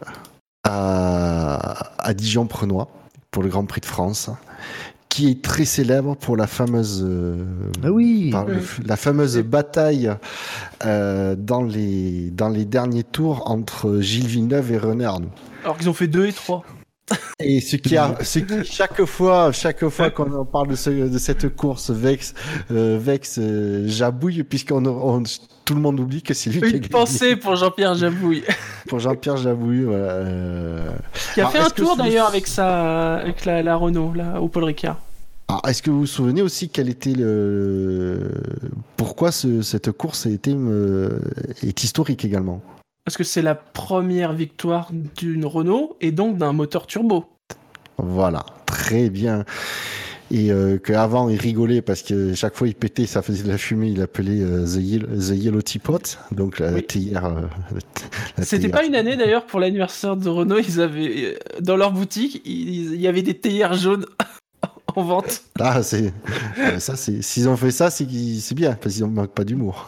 à, à Dijon-Prenois, pour le Grand Prix de France, qui est très célèbre pour la fameuse, euh, ah oui. par, le, la fameuse bataille euh, dans les dans les derniers tours entre Gilles Villeneuve et René Arnoux. Alors qu'ils ont fait deux et trois. Et ce qui a, ce qui chaque fois, chaque fois qu'on en parle de, ce, de cette course, Vex, euh, Vex euh, Jabouille, puisqu'on on, tout le monde oublie que c'est lui Une qui a gagné. Une pensée pour Jean-Pierre Jabouille. Pour Jean-Pierre Jabouille, voilà. Euh... Qui a Alors, fait un tour d'ailleurs vous... avec sa, avec la, la Renault, là, au Paul Ricard. Alors, est-ce que vous vous souvenez aussi quel était le, pourquoi ce, cette course a été euh, est historique également? Parce que c'est la première victoire d'une Renault et donc d'un moteur turbo. Voilà, très bien. Et euh, qu'avant il rigolait parce que chaque fois il pétait, ça faisait de la fumée, il appelait euh, the, yellow, the Yellow Teapot, donc la oui. théière. Euh, la C'était théière. Pas une année d'ailleurs pour l'anniversaire de Renault, ils avaient dans leur boutique, il y avait des théières jaunes en vente. Ah, c'est ça, c'est s'ils ont fait ça, c'est, c'est bien parce qu'ils ne manquent pas d'humour.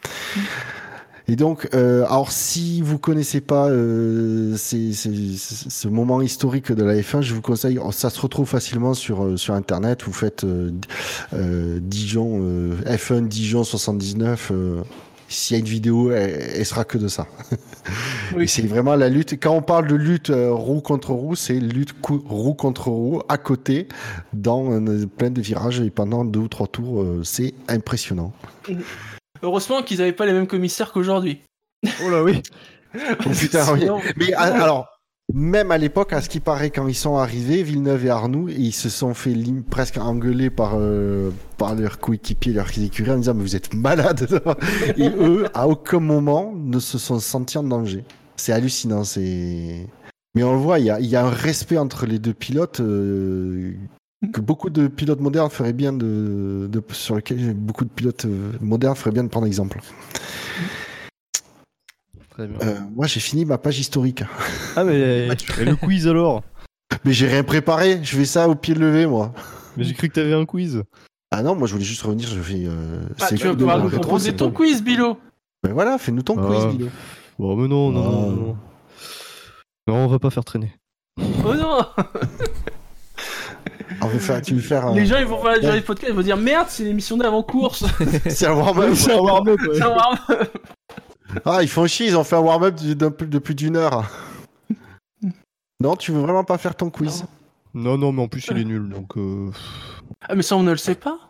Et donc, euh, alors si vous connaissez pas euh, c'est, c'est, c'est, ce moment historique de la F un, je vous conseille, ça se retrouve facilement sur sur internet. Vous faites euh, euh, Dijon euh, F un Dijon soixante-dix-neuf. Euh, s'il y a une vidéo, elle, elle sera que de ça. Oui. C'est vraiment la lutte. Quand on parle de lutte euh, roue contre roue, c'est lutte cou- roue contre roue à côté dans euh, plein de virages et pendant deux ou trois tours, euh, c'est impressionnant. Mmh. Heureusement qu'ils n'avaient pas les mêmes commissaires qu'aujourd'hui. Oh là oui. Oh putain, oui. Mais alors, même à l'époque, à ce qui paraît, quand ils sont arrivés, Villeneuve et Arnoux, ils se sont fait lim- presque engueuler par, euh, par leurs coéquipiers, leurs écuries, en disant mais vous êtes malades. Et eux, à aucun moment, ne se sont sentis en danger. C'est hallucinant. C'est... Mais on le voit, il y a, il y a un respect entre les deux pilotes euh, que beaucoup de pilotes modernes feraient bien de, de sur lequel beaucoup de pilotes euh, modernes feraient bien de prendre exemple. Très bien. Euh, moi, j'ai fini ma page historique. Ah, mais et le quiz alors? Mais j'ai rien préparé. Je fais ça au pied levé, moi. Mais j'ai cru que t'avais un quiz. Ah non, moi je voulais juste revenir. Je fais. Euh, Ah, c'est tu vas de pouvoir la nous rétro, proposer c'est ton pas- quiz, Bilo. Ben voilà, fais-nous ton Ah. quiz, Bilo. Bon, mais non, non, Ah. non, non. Non, on va pas faire traîner. Oh non. On va faire, tu veux faire. Les Un... gens, ils vont voir la durée du podcast, ils vont dire merde, c'est l'émission d'avant-course. C'est un warm-up. C'est un warm-up, ouais. C'est un warm-up. Ah, ils font chier. Ils ont fait un warm-up de, de, de plus d'une heure. Non, tu veux vraiment pas faire ton quiz? Non, non, mais en plus il est nul, donc... Euh... Ah, mais ça, on ne le sait pas.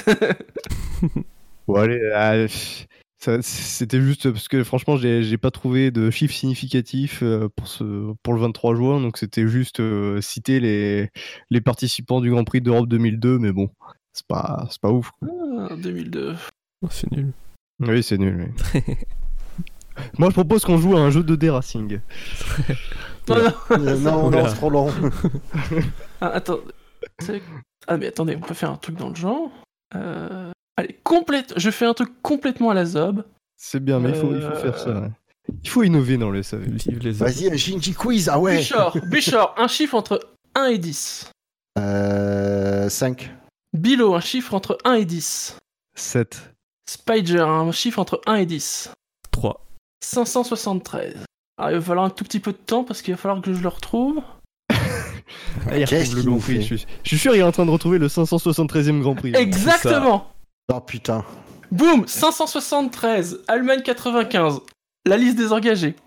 Bon, allez, ah, ça, c'était juste parce que franchement, j'ai, j'ai pas trouvé de chiffre significatif euh, pour, ce, pour le vingt-trois juin, donc c'était juste euh, citer les, les participants du Grand Prix d'Europe deux mille deux, mais bon, c'est pas, c'est pas ouf. Quoi. Ah, deux mille deux. Oh, c'est nul. Oui, c'est nul. Oui. Moi, je propose qu'on joue à un jeu de dé Racing. Non, non. Euh, non, non, c'est trop long. Ah, attends. C'est- Ah, mais attendez, on peut faire un truc dans le genre. Euh... Allez, complète. Je fais un truc complètement à la zob. C'est bien, mais il faut, il faut faire ça. Ouais. Il faut innover dans les S A V. Vive les Vas-y, un Shinji quiz. Ah ouais. Buchor, Buchor, un chiffre entre un et dix. Euh, cinq. Bilo, un chiffre entre un et dix. sept. Spider, un chiffre entre un et dix. trois. cinq cent soixante-treize. Alors, il va falloir un tout petit peu de temps parce qu'il va falloir que je le retrouve. Ah, il Qu'est-ce retrouve le qu'il Grand nous Prix. fait Je suis, je suis sûr qu'il est en train de retrouver le cinq cent soixante-treizième Grand Prix. Exactement. Oh putain. Boum, cinq cent soixante-treize, Allemagne quatre-vingt-quinze. La liste des engagés.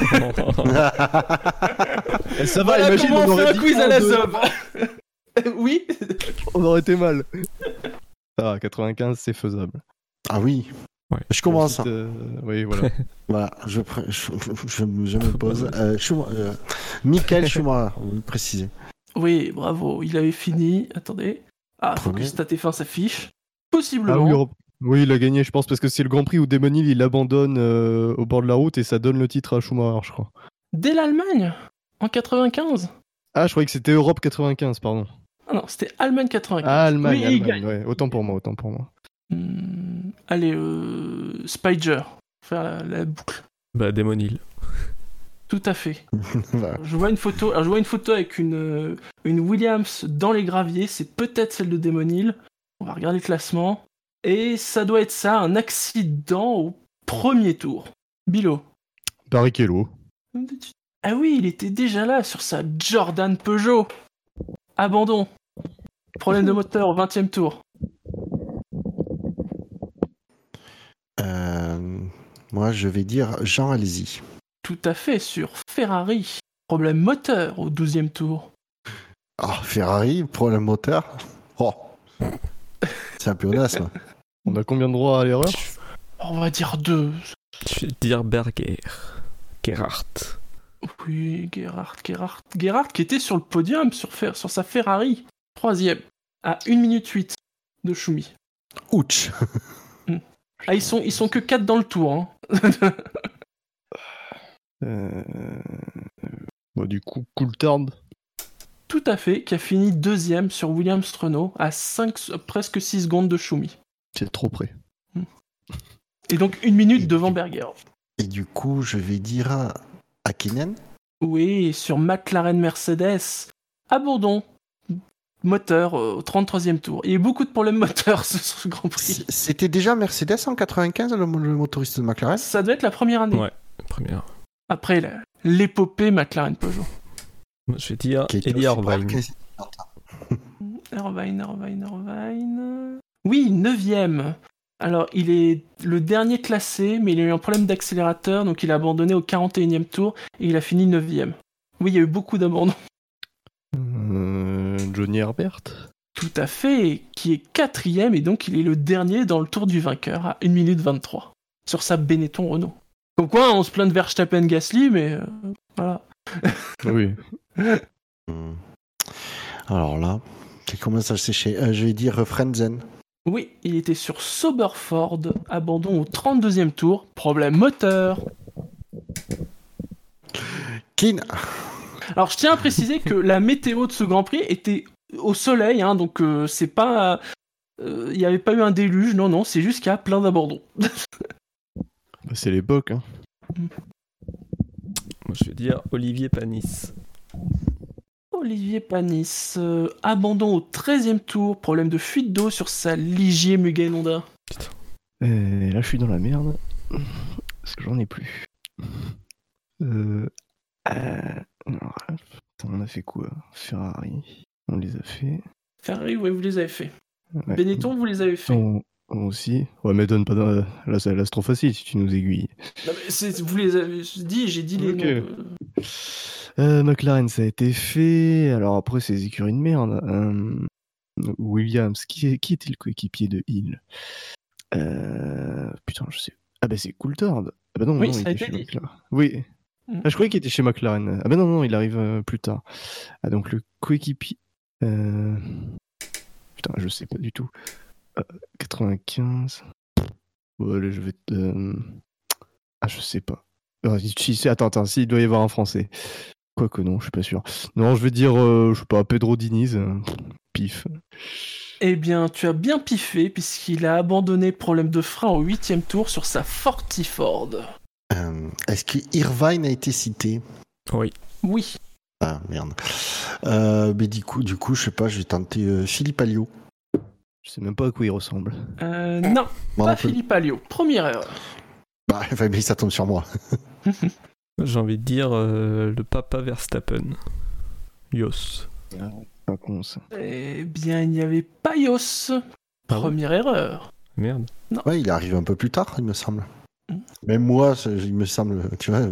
Et ça va, Voilà imagine, comment on on fait aurait un dit quiz à un, la deux. zob. Oui. On aurait été mal. Ah, quatre-vingt-quinze, c'est faisable. Ah oui. Ouais. Je commence. Petite, euh, Oui, voilà. Voilà, je, pr- je, je, je me pose. Euh, Schuma- euh, Michael Schumacher, vous le précisez. Oui, bravo, il avait fini. Attendez. Ah, faut que Premier. Stat F un s'affiche. Ah Possiblement. oui, Europe- oui, il a gagné, je pense, parce que c'est le Grand Prix où Damon Hill il abandonne euh, au bord de la route et ça donne le titre à Schumacher, je crois. Dès l'Allemagne. En quatre-vingt-quinze. Ah, je croyais que c'était Europe quatre-vingt-quinze, pardon. Ah non, c'était Allemagne quatre-vingt-quinze. Ah, Allemagne, Oui, il Allemagne, gagne. ouais. Autant pour moi, autant pour moi. Hmm, allez, euh, Spider. Faire la, la boucle. Bah, Damon Hill. Tout à fait. Voilà. Je vois une photo. Alors, je vois une photo avec une, euh, une Williams dans les graviers. C'est peut-être celle de Damon Hill. On va regarder le classement. Et ça doit être ça, un accident au premier tour. Bilo. Barrichello. Ah oui, il était déjà là sur sa Jordan Peugeot. Abandon. Problème de moteur au vingtième tour. Euh, moi, je vais dire Jean Alesi. Tout à fait, sur Ferrari. Problème moteur au douzième tour. Ah, Ferrari, problème moteur. Oh. C'est un pléonasme. On a combien de droits à l'erreur? On va dire deux. Je vais dire Berger. Gerhardt. Oui, Gerhardt, Gerhardt. Gerhardt qui était sur le podium sur, Fer- sur sa Ferrari. Troisième. À une minute huit de Schumi. Ouch. Ah, ils sont, ils sont que quatre dans le tour. Hein. euh... bon, du coup, Coulthard. Tout à fait, qui a fini deuxième sur Williams Renault à cinq, presque six secondes de Schumi. C'est trop près. Et donc une minute devant Berger. Et du coup, je vais dire Hakkinen. Oui, sur McLaren Mercedes. Abandon. Moteur euh, au trente-troisième tour. Il y a eu beaucoup de problèmes moteurs sur ce Grand Prix. C- C'était déjà Mercedes en quatre-vingt-quinze, le, mo- le motoriste de McLaren. Ça doit être la première année. Ouais, première. Après la- l'épopée McLaren Peugeot. Je vais dire Qui était Eddie aussi brave Irvine. que- Irvine, Irvine, Irvine. Oui, neuvième. Alors, il est le dernier classé, mais il a eu un problème d'accélérateur, donc il a abandonné au quarante et unième tour, et il a fini neuvième. Oui, il y a eu beaucoup d'abandons. Euh, Johnny Herbert. Tout à fait, qui est quatrième, et donc il est le dernier dans le tour du vainqueur, à une minute vingt-trois, sur sa Benetton Renault. Donc quoi, on se plaint de Verstappen Gasly, mais euh, voilà. Oui. Hmm. Alors là, qui commence à sécher. Euh, je vais dire Frenzen. Oui, il était sur Soberford, abandon au trente-deuxième tour, problème moteur. Kin. Alors je tiens à préciser que la météo de ce Grand Prix était au soleil, hein, donc euh, c'est pas, il euh, n'y avait pas eu un déluge, non non, c'est juste qu'il y a plein d'abandons. Bah, c'est l'époque. Hein. Moi, je vais dire Olivier Panis. Olivier Panis, euh, abandon au treizième tour, problème de fuite d'eau sur sa Ligier Mugen Honda. Et là, je suis dans la merde. Parce que j'en ai plus. Euh... euh... alors, attends, on a fait quoi? Ferrari, on les a fait. Ferrari, ouais, vous les avez fait. Ouais. Benetton, vous les avez fait. On, on aussi. Ouais, mais donne pas. Dans... Là, c'est, là, c'est trop facile si tu nous aiguilles. Non, mais c'est, vous les avez dit, j'ai dit les Ok. noms. Euh, McLaren, ça a été fait. Alors après, c'est des écuries de merde. Euh, Williams, qui, qui était le coéquipier de Hill? euh, Putain, je sais. Ah bah c'est Coulthard. Ah bah non, Oui, non, ça il a était été chez dit. McLaren. Oui. Mm. Ah, je croyais qu'il était chez McLaren. Ah bah non, non, il arrive euh, plus tard. Ah donc le coéquipier... Euh... Putain, je sais pas du tout. Euh, quatre-vingt-quinze... Bon, allez, je vais... Te... Euh... Ah, je sais pas. Euh, si, si, attends, attends, s'il doit y avoir un français. Quoique non, je suis pas sûr. Non, je vais dire, euh, je sais pas, Pedro Diniz. euh, Pif. Eh bien, tu as bien piffé, puisqu'il a abandonné problème de frein au huitième tour sur sa Forty Ford. Euh, est-ce que Irvine a été cité? Oui. Oui. Ah merde. Euh, mais du coup, du coup, je sais pas, je vais tenter euh, Philippe Alliot. Je sais même pas à quoi il ressemble. Euh, non, Moi pas non plus. Philippe Alliot. Première erreur. Bah, enfin, mais ça tombe sur moi. J'ai envie de dire euh, le papa Verstappen. Yos. Pas con ça. Eh bien, il n'y avait pas Yos. Première erreur. Merde. Ouais, il est arrivé un peu plus tard, il me semble. Mm. Même moi, ça- il me semble, tu vois.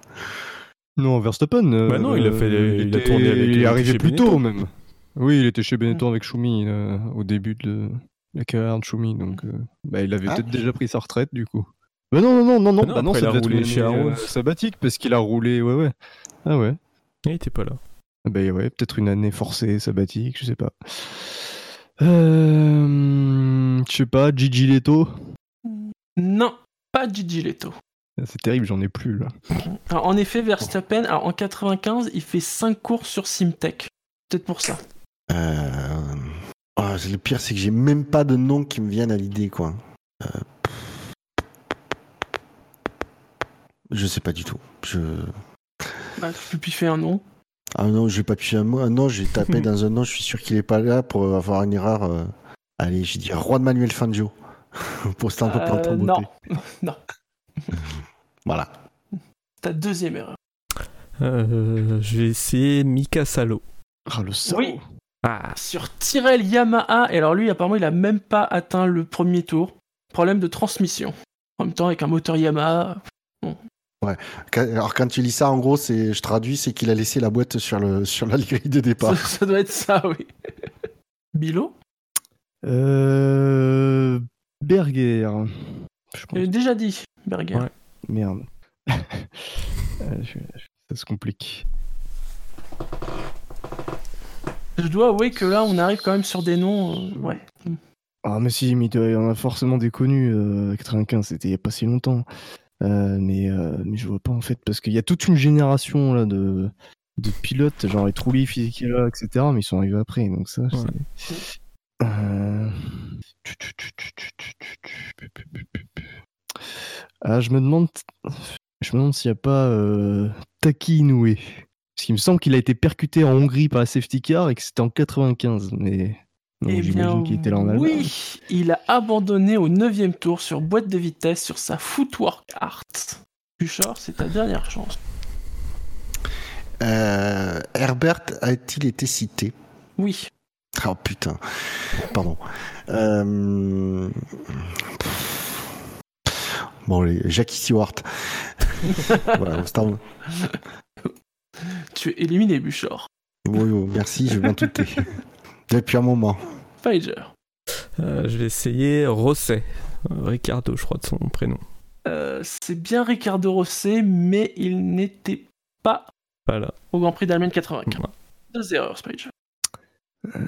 Non, Verstappen. euh, Bah non, il a fait- euh, il a tourné avec- Il il est était arrivé chez plus Benetton. tôt même. Oui, il était chez Benetton avec Schumi euh, au début de la carrière de Schumi, donc euh, bah, il avait Ah. peut-être déjà pris sa retraite du coup. Bah non, non, non, non, non, Ah non, bah non, après, ça il a devait être roulé une chez année, Arrows. euh, sabbatique parce qu'il a roulé, ouais, ouais. Ah ouais. Il était pas là. Ah bah ouais, peut-être une année forcée, sabbatique, je sais pas. Euh, je sais pas, Gigi Leto. Non, pas Gigi Leto. C'est terrible, j'en ai plus là. Alors, en effet, Verstappen, alors, en quatre-vingt-quinze, il fait cinq courses sur Simtech. Peut-être pour ça. Euh... oh, le pire, c'est que j'ai même pas de nom qui me viennent à l'idée, quoi. Euh... Je sais pas du tout. Je... Bah, tu peux piffer un nom. Ah non, je vais pas piger un mot. Ah non, j'ai tapé dans un nom, je suis sûr qu'il est pas là pour avoir une erreur. euh. Allez, je dis Juan Manuel Fangio. Pour ça un peu planter Euh, en non, beauté. non. Voilà. Ta deuxième erreur. Euh, je vais essayer Mika Salo. Ah le salaud. Oui. Ah, Sur Tyrrell Yamaha, et alors lui, apparemment, il a même pas atteint le premier tour. Problème de transmission. En même temps, avec un moteur Yamaha. Quand- Alors quand tu lis ça, en gros, c'est, je traduis, c'est qu'il a laissé la boîte sur, le, sur la grille de Ça, départ. ça doit être ça, oui. Bilo, Euh... Berger. Je pense. j'avais déjà dit, Berger. Ouais. Merde. Euh, je- Ça se complique. Je dois avouer que là, on arrive quand même sur des noms. euh, ouais. Ah mais si, mais il y en a forcément des connus. Euh, quatre-vingt-quinze, c'était il y a pas si longtemps. Euh, mais, euh, mais je vois pas en fait, parce qu'il y a toute une génération là de, de pilotes, genre les Trulli, Fisichella, et cetera. Mais ils sont arrivés après, donc ça, Ouais. c'est... Euh... Ah, je me demande... Je me demande s'il n'y a pas euh, Taki Inoue. Parce qu'il me semble qu'il a été percuté en Hongrie par la safety car et que c'était en quatre-vingt-quinze, mais... Donc, Eh j'imagine bien, qu'il était là en Allemagne. oui, il a abandonné au neuvième tour sur boîte de vitesse sur sa Footwork Art. Bouchard, c'est ta dernière chance. Euh, Herbert a-t-il été cité? Oui. Oh putain. Pardon. Euh... Bon, les... Jackie Stewart. Voilà, c'est un- Tu es éliminé, Bouchard. Oui, oui, merci, je m'en doutais. Depuis un moment. Pfizer. euh, je vais essayer Rosset. Euh, Ricardo, je crois, de son prénom. Euh, c'est bien Ricardo Rosset, mais il n'était pas Voilà. Au Grand Prix d'Allemagne quatre-vingt-quinze. Ouais. Deux erreurs, Spider. Euh...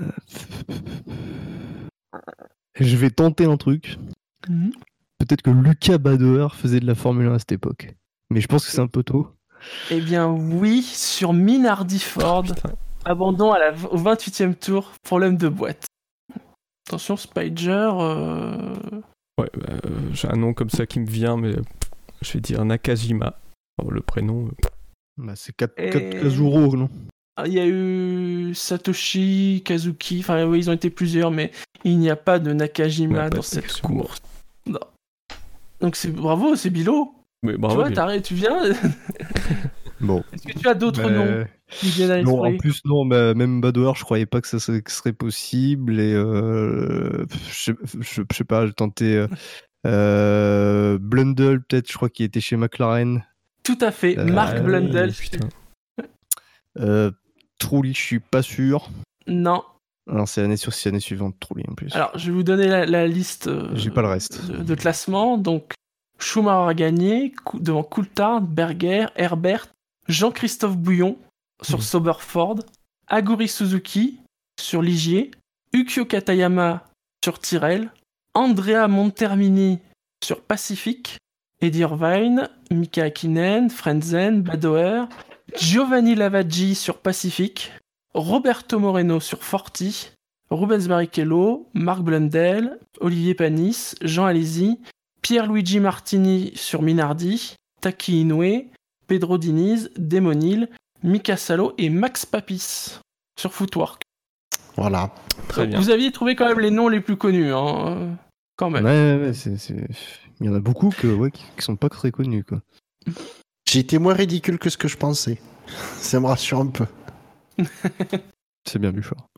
Je vais tenter un truc. Mm-hmm. Peut-être que Lucas Badoer faisait de la Formule un à cette époque. Mais je pense que c'est un peu tôt. Eh bien oui, sur Minardi Ford. Oh, abandon à la, au vingt-huitième tour, problème de boîte. Attention, Spider... Euh... Ouais, bah, euh, j'ai un nom comme ça qui me vient, mais euh, je vais dire Nakajima. Oh, le prénom... Euh... Bah, c'est Kat- Et... Kat- Kazuro, non? Il y a eu Satoshi, Kazuki, enfin oui, ils ont été plusieurs, mais il n'y a pas de Nakajima Ouais, dans pas cette course. Non. Donc c'est bravo, c'est Bilo. Mais bravo, tu vois, mais... t'arrêtes, tu viens. Bon. Est-ce que tu as d'autres bah... noms qui viennent à l'esprit? Non, en plus, non, bah, même Badoer, je croyais pas que ça serait, que ce serait possible. Et euh, je, je, je sais pas, j'ai tenté euh, euh, Blundell, peut-être, je crois qu'il était chez McLaren. Tout à fait, Euh, Mark ah, Blundell. putain. Euh, Trulli, je suis pas sûr. Non. Alors, c'est l'année, sur, c'est l'année suivante, Trulli, en plus. Alors, je vais vous donner la, la liste euh, J'ai pas le reste. De, de classement. Donc, Schumacher a gagné devant Coulthard, Berger, Herbert, Jean-Christophe Bouillon sur mmh. Sauber Ford, Aguri Suzuki sur Ligier, Ukyo Katayama sur Tyrrell, Andrea Montermini sur Pacific, Eddie Irvine, Mika Hakkinen, Frentzen, Badoer, Giovanni Lavaggi sur Pacific, Roberto Moreno sur Forti, Rubens Barrichello, Mark Blundell, Olivier Panis, Jean Alesi, Pierluigi Martini sur Minardi, Taki Inoue, Pedro Diniz, Demonil, Mika Salo et Max Papis sur Footwork. Voilà. Très bien. Vous aviez trouvé quand même les noms les plus connus, hein, quand même. Ouais, ouais, ouais, c'est, c'est... il y en a beaucoup que, ouais, qui, qui sont pas très connus, quoi. J'ai été moins ridicule que ce que je pensais. Ça me rassure un peu. C'est bien plus fort.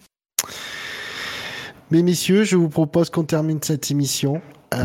Mais messieurs, je vous propose qu'on termine cette émission.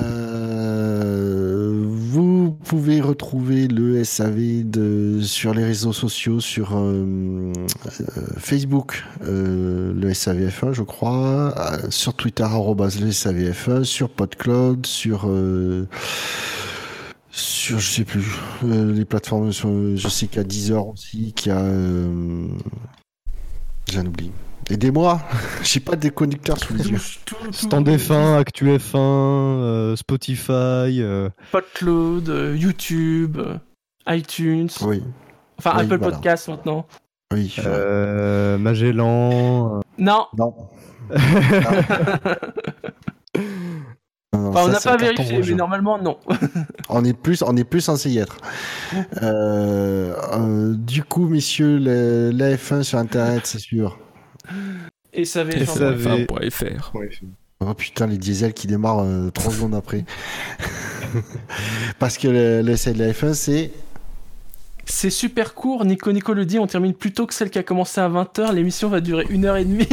Euh, vous pouvez retrouver le S A V de, sur les réseaux sociaux, sur euh, euh, Facebook, euh, le S A V F un, je crois, euh, sur Twitter, arrobase le S A V F un, sur PodCloud, sur... Euh, sur, je sais plus, euh, les plateformes, sur, je sais qu'il y a Deezer aussi, qu'il y a... Euh, j'en oublie. Aidez-moi, j'ai pas des conducteurs sous les yeux. Stand F un, Actu F un, euh, Spotify, euh... PodCloud, euh, YouTube, euh, iTunes, oui. Enfin oui, Apple voilà. Podcast maintenant. Oui. Euh, Magellan. Non. Non. Non, Enfin, on ça, n'a c'est pas un carton vérifié, rouge. mais normalement non. On est plus, on est plus censé y être. Euh, euh, du coup, messieurs, le, la F un sur Internet, c'est sûr. Et ça avait S A V. F un point F R. Oh putain, les diesels qui démarrent euh, trois secondes après. Parce que le, l'essai de la F un, c'est... C'est super court, Nico Nico le dit, on termine plus tôt que celle qui a commencé à vingt heures, l'émission va durer une heure et demie.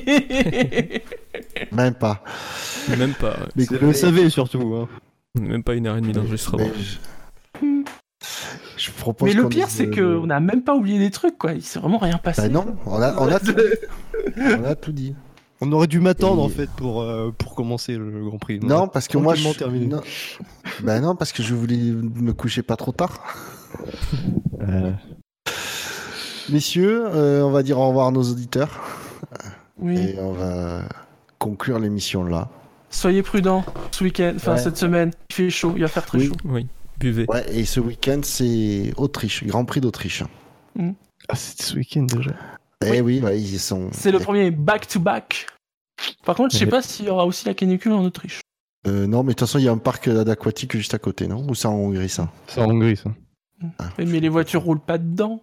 Même pas. Même pas. Mais vous le savez surtout. Hein. Même pas une heure et demie d'enregistrement. Je... je propose Mais le qu'on pire, dise, c'est euh, qu'on n'a même pas oublié des trucs, quoi. Il s'est vraiment rien passé. Bah non, on a, on a tout dit. On a tout dit. On aurait dû m'attendre Et... en fait pour, euh, pour commencer le Grand Prix. On Non, parce que moi, je... terminé. Non. Bah non, parce que je voulais me coucher pas trop tard. Euh... Messieurs, euh, on va dire au revoir à nos auditeurs. Oui. Et on va conclure l'émission là. Soyez prudents ce week-end, enfin Ouais. cette semaine. Il fait chaud, il va faire très Oui. chaud. Oui, buvez. Ouais, et ce week-end, c'est Autriche, Grand Prix d'Autriche. Ah, c'était ce week-end déjà. Eh oui, ouais, ils sont. C'est le premier back-to-back. Par contre, je sais Ouais. pas s'il y aura aussi la canicule en Autriche. Euh, non, mais de toute façon, il y a un parc d'aquatique juste à côté, non? Ou c'est en Hongrie, ça? C'est en Hongrie ça. Ah, Mais les voitures roulent pas dedans.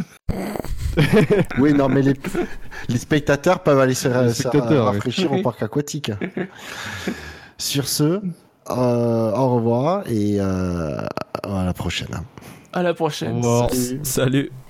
Oui, non, mais les, les spectateurs peuvent aller se, Les se spectateurs, oui. rafraîchir Oui. au parc aquatique. Sur ce, euh, au revoir et euh, à la prochaine. À la prochaine. Au revoir. Salut. Salut.